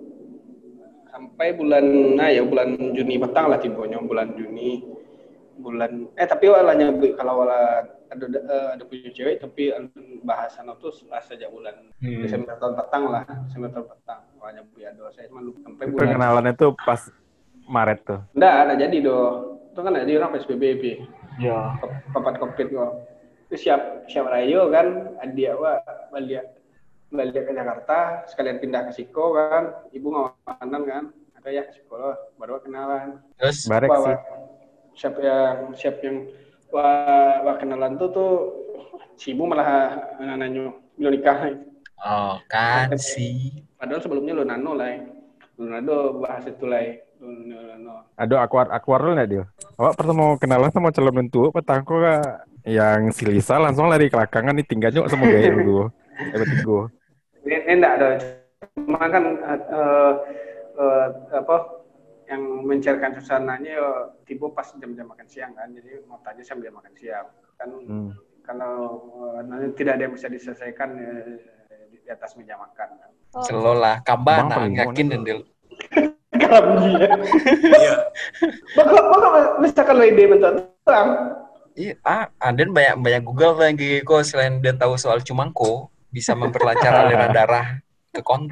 Speaker 7: sampai bulan nah ya bulan Juni petang lah tibonya bulan Juni bulan eh tapi walanya kalau wala ada uh, ada punya cewek tapi bahasan itu setelah sejak bulan
Speaker 4: Hmm.
Speaker 7: Desember tahun petang lah Desember tahun petang walanya bu ya do saya cuma lupa sampai bulan
Speaker 5: Perkenalan itu pas Maret tuh.
Speaker 7: enggak ada jadi do itu kan ada di orang P S B B
Speaker 4: Ya.
Speaker 7: papat covid kok itu siap siap rayo kan adia wa balik balik ke Jakarta sekalian pindah ke Siko kan ibu ngawanan kan atau ya ke Siko baru kenalan
Speaker 4: Terus
Speaker 5: Barek
Speaker 7: Wah,
Speaker 5: sih.
Speaker 7: wah. siap yang siap yang wah, wah kenalan tuh tuh si ibu malah nanya belum nikah.
Speaker 4: oh kan sih.
Speaker 7: Padahal sebelumnya lo nano lah, lo nano bahas itu lah, lo nano.
Speaker 5: Aduh, akuar akuar lu nggak dia? Awak pertama kenalan sama calon mentua, petangku kak yang si Lisa langsung lari ke belakangan nih tinggalnya sama gaya dulu. Eh bertiga.
Speaker 7: Ini ini enggak ada, cuma kan uh, uh, apa yang mencairkan suasananya ya, tiba pas jam-jam makan siang kan, jadi mau tanya sambil makan siang kan.
Speaker 5: Hmm.
Speaker 7: Kalau uh, nanti tidak ada yang bisa diselesaikan ya, di, di atas meja makan.
Speaker 2: Oh.
Speaker 4: Selolah kabar
Speaker 5: Bang,
Speaker 4: nah
Speaker 5: paling
Speaker 4: yakin
Speaker 5: mau
Speaker 4: dan Dil.
Speaker 7: Kalau dia,
Speaker 3: Iya.
Speaker 7: bakal bakal misalkan lo ide bentuk terang.
Speaker 4: Iya, ah, Anden banyak banyak Google tuh yang gitu selain dia tahu soal cumangko bisa memperlancar aliran darah ke kontol.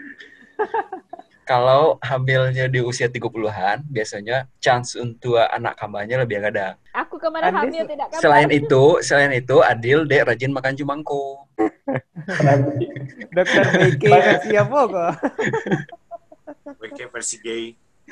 Speaker 4: Kalau hamilnya di usia tiga puluhan, biasanya chance untuk anak kambahnya lebih ada.
Speaker 2: Aku kemana
Speaker 7: Adil,
Speaker 2: hamil tidak kabar.
Speaker 4: Selain itu, selain itu Adil dek rajin makan cumangko.
Speaker 9: Dokter B K versi apa kok?
Speaker 3: W K versi gay.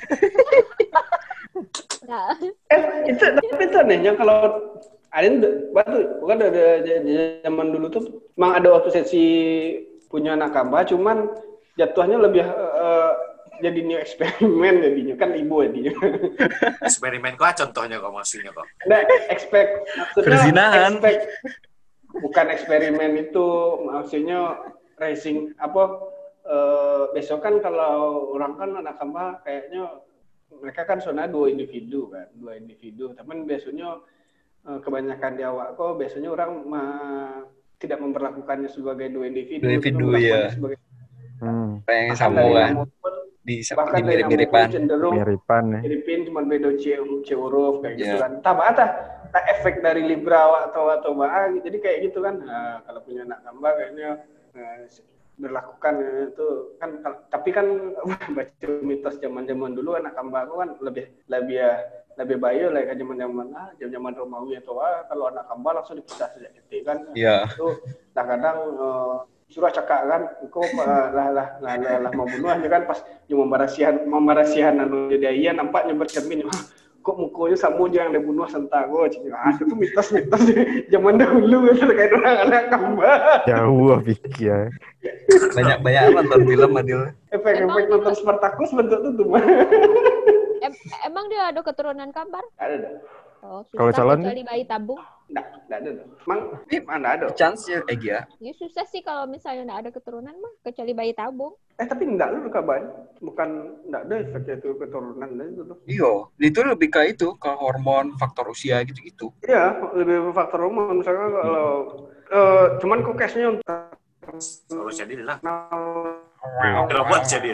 Speaker 2: Nah,
Speaker 7: Eh, itu tapi itu anehnya kalau ada batu bukan ada zaman dulu tuh memang ada waktu sesi punya anak kambah cuman jatuhnya lebih uh, jadi new eksperimen jadinya kan ibu jadinya.
Speaker 3: Eksperimen kok contohnya kok maksudnya kok.
Speaker 7: Nah, expect maksudnya
Speaker 4: Perzinahan.
Speaker 7: expect bukan eksperimen itu maksudnya racing apa uh, besok kan kalau orang kan anak kambah kayaknya mereka kan soalnya dua individu kan, dua individu. Tapi biasanya kebanyakan di awak kok biasanya orang ma, tidak memperlakukannya sebagai dua individu.
Speaker 4: Dua individu ya.
Speaker 7: Sebagai,
Speaker 5: Hmm.
Speaker 4: Pengen
Speaker 7: bahkan
Speaker 4: sama
Speaker 7: dari
Speaker 4: kan.
Speaker 7: nama pun,
Speaker 4: Di,
Speaker 7: bahkan
Speaker 4: di
Speaker 7: dari nama pun
Speaker 4: mirip-miripan.
Speaker 7: cenderung
Speaker 5: Miripan ya.
Speaker 7: miripin cuma beda c c huruf kayak gitu
Speaker 4: Yeah.
Speaker 7: kan. Tambah ada tak efek dari libra awak atau atau bah jadi kayak gitu kan. Nah, kalau punya anak kambah kayaknya nah, berlakukan itu kan tapi kan baca mitos zaman-zaman dulu anak kambah kan lebih lebih ya lebih bayu lah kan zaman-zaman ah zaman-zaman Romawi atau ah kalau anak kambah langsung dipisah sejak kecil kan.
Speaker 4: Iya.
Speaker 7: Itu kadang-kadang uh, suruh cakap kan kok uh, lah lah lah lah, lah mau bunuh aja kan pas cuma membarasihan membarasihan anu jadi iya nampaknya bercermin ah, kok mukanya sama aja yang dibunuh sentago ah itu mitos-mitos zaman dahulu terkait dengan anak kambah.
Speaker 5: Jauh pikir ya.
Speaker 4: Banyak-banyak nonton film Adil.
Speaker 7: Efek-efek nonton Spartacus bentuk itu tuh mah.
Speaker 2: em- emang dia ada keturunan kembar?
Speaker 7: Ada dah.
Speaker 2: Oh,
Speaker 5: Kalau
Speaker 2: susah
Speaker 5: calon?
Speaker 2: kecuali bayi tabung.
Speaker 7: Enggak, enggak ada. Emang mana ada?
Speaker 4: Chance ya Egi ya.
Speaker 2: Ya susah sih kalau misalnya nggak ada keturunan mah, kecuali bayi tabung.
Speaker 7: Eh tapi enggak lu kabar. Bukan enggak ada efeknya itu keturunan itu tuh.
Speaker 4: Iya, itu lebih ke itu, ke hormon, faktor usia gitu-gitu.
Speaker 7: Iya, lebih faktor hormon. Misalnya kalau uh, cuman kok case-nya untuk
Speaker 3: Selalu jadi lah.
Speaker 7: nah,
Speaker 3: Robot jadi.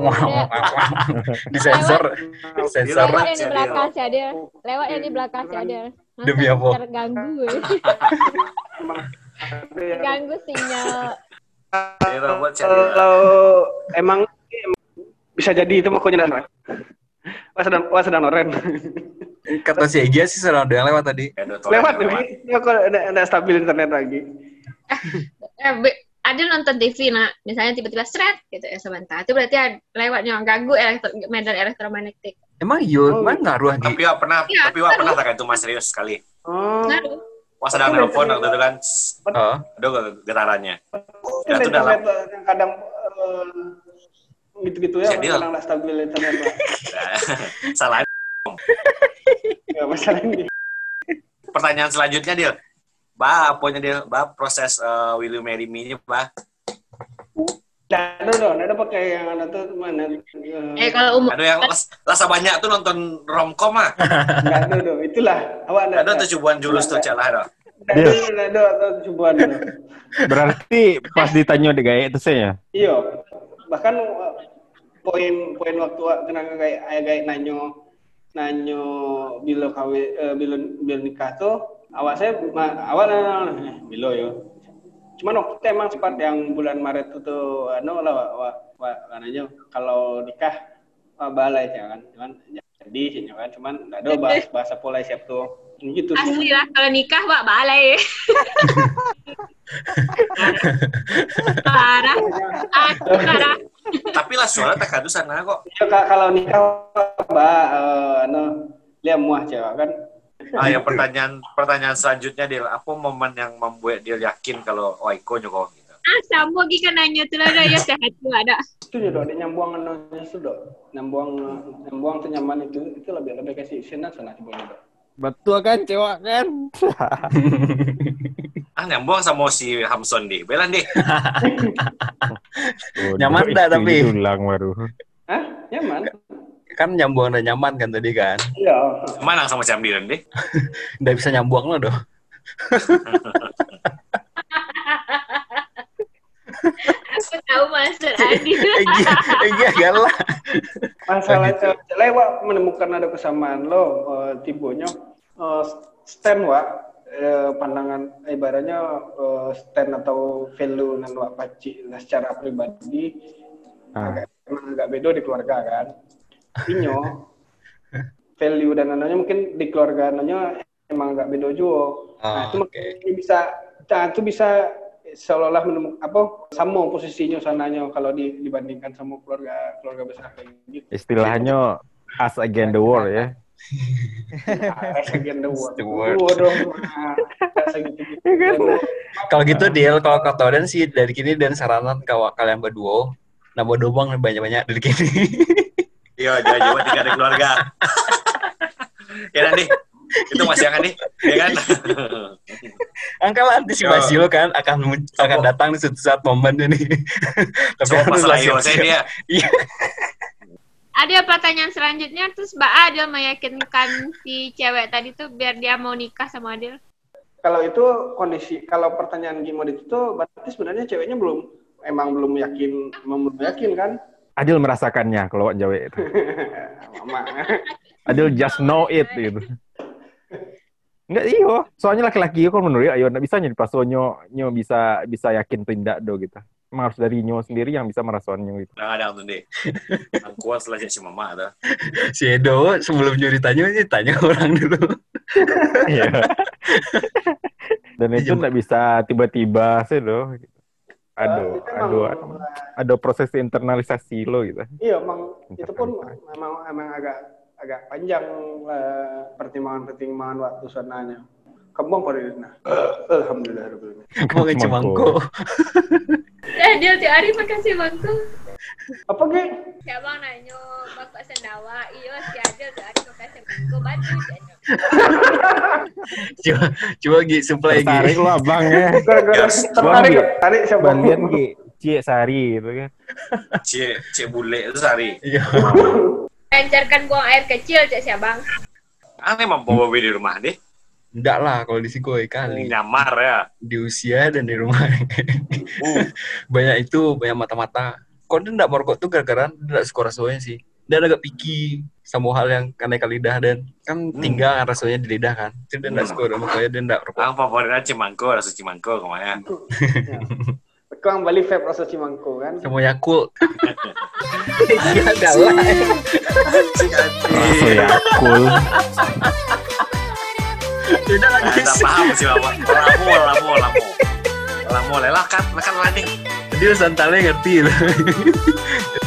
Speaker 4: Disensor, disensor.
Speaker 2: Lewat yang di belakang sih ada. Lewat yang di belakang sih ada. Nanti
Speaker 4: Demi apa?
Speaker 2: terganggu.
Speaker 7: emang ada yang
Speaker 2: Terganggu sinyal.
Speaker 3: Jadi robot jadi.
Speaker 7: kalau emang bisa jadi itu mah konyol dan wah sedang wah sedang noren
Speaker 4: Kata si Egi sih sedang ada yang lewat tadi.
Speaker 7: lewat nih ya kok ada, ada stabil internet lagi.
Speaker 2: Eh, be- ada nonton T V nak, misalnya tiba-tiba seret gitu ya sebentar. Itu berarti ada lewatnya ganggu elektro- medan elektromagnetik.
Speaker 4: Emang iya, emang ngaruh Egi?
Speaker 3: Tapi wak pernah,
Speaker 2: Iya,
Speaker 3: tapi wak
Speaker 2: kan.
Speaker 3: pernah tak itu mas serius sekali.
Speaker 7: Oh,
Speaker 2: Ngaruh.
Speaker 3: Wah sedang nelfon waktu itu kan,
Speaker 4: Oh.
Speaker 3: aduh getarannya.
Speaker 7: itu
Speaker 3: Ya, itu dalam.
Speaker 7: internet yang kadang eh, gitu-gitu ya,
Speaker 3: Jadi,
Speaker 7: kadang nggak stabil internet. Pak.
Speaker 3: Salah.
Speaker 7: Nggak masalah ini.
Speaker 3: Pertanyaan selanjutnya Dil. Ba, apanya Dil? Ba, proses uh, Will You Marry Me-nya, Ba.
Speaker 7: Nggak ada dong, nggak ada pakai yang ada tuh mana?
Speaker 2: Eh kalau umur
Speaker 3: Ada yang las, lasa banyak tuh nonton romcom ah.
Speaker 7: Nggak ada dong, itulah. Awak nggak
Speaker 3: Ada tuh cubuan julus tuh celah dah.
Speaker 7: Nggak ada, nggak ada atau cobaan.
Speaker 5: Berarti pas ditanya di gaya itu saya.
Speaker 7: Iya, bahkan uh, poin-poin waktu kena kayak ayah kayak nanyo nanyo bilo kawe uh, bilo bilo nikah tuh awal saya ma, awal eh, bilo yo. Cuman waktu itu emang sempat yang bulan Maret itu tuh anu lah wa, wa, wa ananya kalau nikah wa, balai ya kan. Cuman ya, jadi sih kan cuman enggak ada bahas bahasa pola siap tuh. Gitu sih.
Speaker 2: asli lah kalau nikah wak balai. Parah. Aku parah.
Speaker 3: Tapi lah suara tak kadu sana kok.
Speaker 7: Ya ka- kalau nikah mbak uh, anu lihat muah cewek kan.
Speaker 3: Ah, yang pertanyaan pertanyaan selanjutnya Dil, apa momen yang membuat Dil yakin kalau Waiko nyokong gitu?
Speaker 2: Ah, sama lagi kan nanya tuh lah ya sehat tuh ada.
Speaker 7: Itu ya dok, ada nyambung anu itu dok, nyambung nyambung tuh nyaman itu itu lebih lebih kasih sinar sana coba dok.
Speaker 5: Betul kan cewek kan?
Speaker 3: Ah, nyambung sama si Hamson di. Belan deh.
Speaker 4: Nyaman dah, tapi.
Speaker 5: Ulang baru.
Speaker 7: Hah? Nyaman?
Speaker 4: Kan nyambung dan nyaman kan tadi kan.
Speaker 7: Iya.
Speaker 3: Mana sama Camdilan deh?
Speaker 4: Nggak bisa nyambung lo doh.
Speaker 2: Aku tahu maksud Adi.
Speaker 4: Egi, Egi agak lah.
Speaker 7: Masalah uh, lewat menemukan ada kesamaan lo uh, tibonya uh, stand wa uh, pandangan ibaratnya uh, stand atau value nan wa paci lah secara pribadi
Speaker 5: Ah.
Speaker 7: agak emang agak beda di keluarga kan. Inyo value dan ananya mungkin di keluarga ananya emang agak beda juga. Nah, itu
Speaker 4: Oh,
Speaker 7: makanya bisa nah, itu bisa seolah-olah menemukan apa sama posisinya sananya kalau di, dibandingkan sama keluarga keluarga besar kayak gitu.
Speaker 5: Istilahnya us against the world ya.
Speaker 7: As against the world.
Speaker 4: The world.
Speaker 7: Waduh, mah. Segitu-gitu.
Speaker 4: Kalau gitu Dil, kalau kata Dan sih dari kini dan saranan kalau kalian berdua nambah dobang banyak-banyak dari kini.
Speaker 3: Iya, jauh-jauh tiga dari keluarga. Ya nanti itu masih akan nih, ya kan?
Speaker 4: Angkal antisipasi lo kan akan mun- akan datang di suatu saat momen ini. Tapi
Speaker 3: Coba
Speaker 4: harus
Speaker 3: masalah
Speaker 4: lah
Speaker 3: itu saya
Speaker 4: siap-siap.
Speaker 3: dia.
Speaker 4: Iya.
Speaker 2: Ada pertanyaan selanjutnya terus Mbak Adil meyakinkan si cewek tadi tuh biar dia mau nikah sama Adil.
Speaker 7: Kalau itu kondisi, kalau pertanyaan gimana itu tuh berarti sebenarnya ceweknya belum emang belum yakin, emang belum yakin kan?
Speaker 5: Adil merasakannya kalau Jawa itu.
Speaker 7: Mama.
Speaker 5: Adil just know it gitu. Enggak iyo, soalnya laki-laki kan menurut ayo ndak bisa nyari pasonyo nyo bisa bisa yakin tindak do gitu. Emang harus dari nyo sendiri yang bisa merasakannya gitu.
Speaker 3: Nah, ada tuh deh. Angkuat setelah si mama ada.
Speaker 4: Si Edo sebelum nyuri tanya sih tanya orang dulu.
Speaker 5: Iya. Dan itu ndak bisa tiba-tiba sih do. Aduh,
Speaker 7: Itu emang-
Speaker 5: aduh, aduh, ada proses internalisasi lo gitu.
Speaker 7: Iya, emang itu pun memang emang agak agak panjang lah pertimbangan-pertimbangan waktu sananya. Kembang pada nah. Alhamdulillah.
Speaker 4: Mau ngecemangko.
Speaker 2: Eh dia tiap hari makasih bangku.
Speaker 7: Apa ke?
Speaker 2: Ya bang nanyo bapak sendawa iyo si Adil tiap hari makasih bangku bantu.
Speaker 4: Coba coba Gi supply Gi.
Speaker 5: Tertarik lu abang ya.
Speaker 7: Gara-gara tertarik, tarik siapa?
Speaker 5: Bandian Gi. Cie Sari gitu kan.
Speaker 3: Cie, cie bule itu Sari.
Speaker 4: Iya.
Speaker 2: Lancarkan buang air kecil, Cek si Abang.
Speaker 3: Aneh mampu bawa di rumah deh.
Speaker 4: Enggak lah kalau di Sikoi kali.
Speaker 3: Nyamar ya.
Speaker 4: Di usia dan di rumah.
Speaker 3: Uh.
Speaker 4: Banyak itu, banyak mata-mata. Kok dia enggak merokok tuh gara-gara dia enggak suka rasanya sih. Dia agak picky sama hal yang aneh ke lidah dan kan tinggal kan rasanya di lidah kan. Jadi dia enggak suka, makanya dia enggak merokok.
Speaker 3: Ang favoritnya cimangko, rasa cimangko kemana?
Speaker 7: Kau balik vape rasa cimangko kan?
Speaker 4: Sama Yakult. Iya ada lah.
Speaker 5: Rasa Yakult.
Speaker 4: Tidak lagi
Speaker 3: Tidak
Speaker 4: sih.
Speaker 3: paham sih bapak. Lamu, lamu, lamu. Lamu, lelah kan, lekan landing.
Speaker 4: Dia santalnya ngerti loh.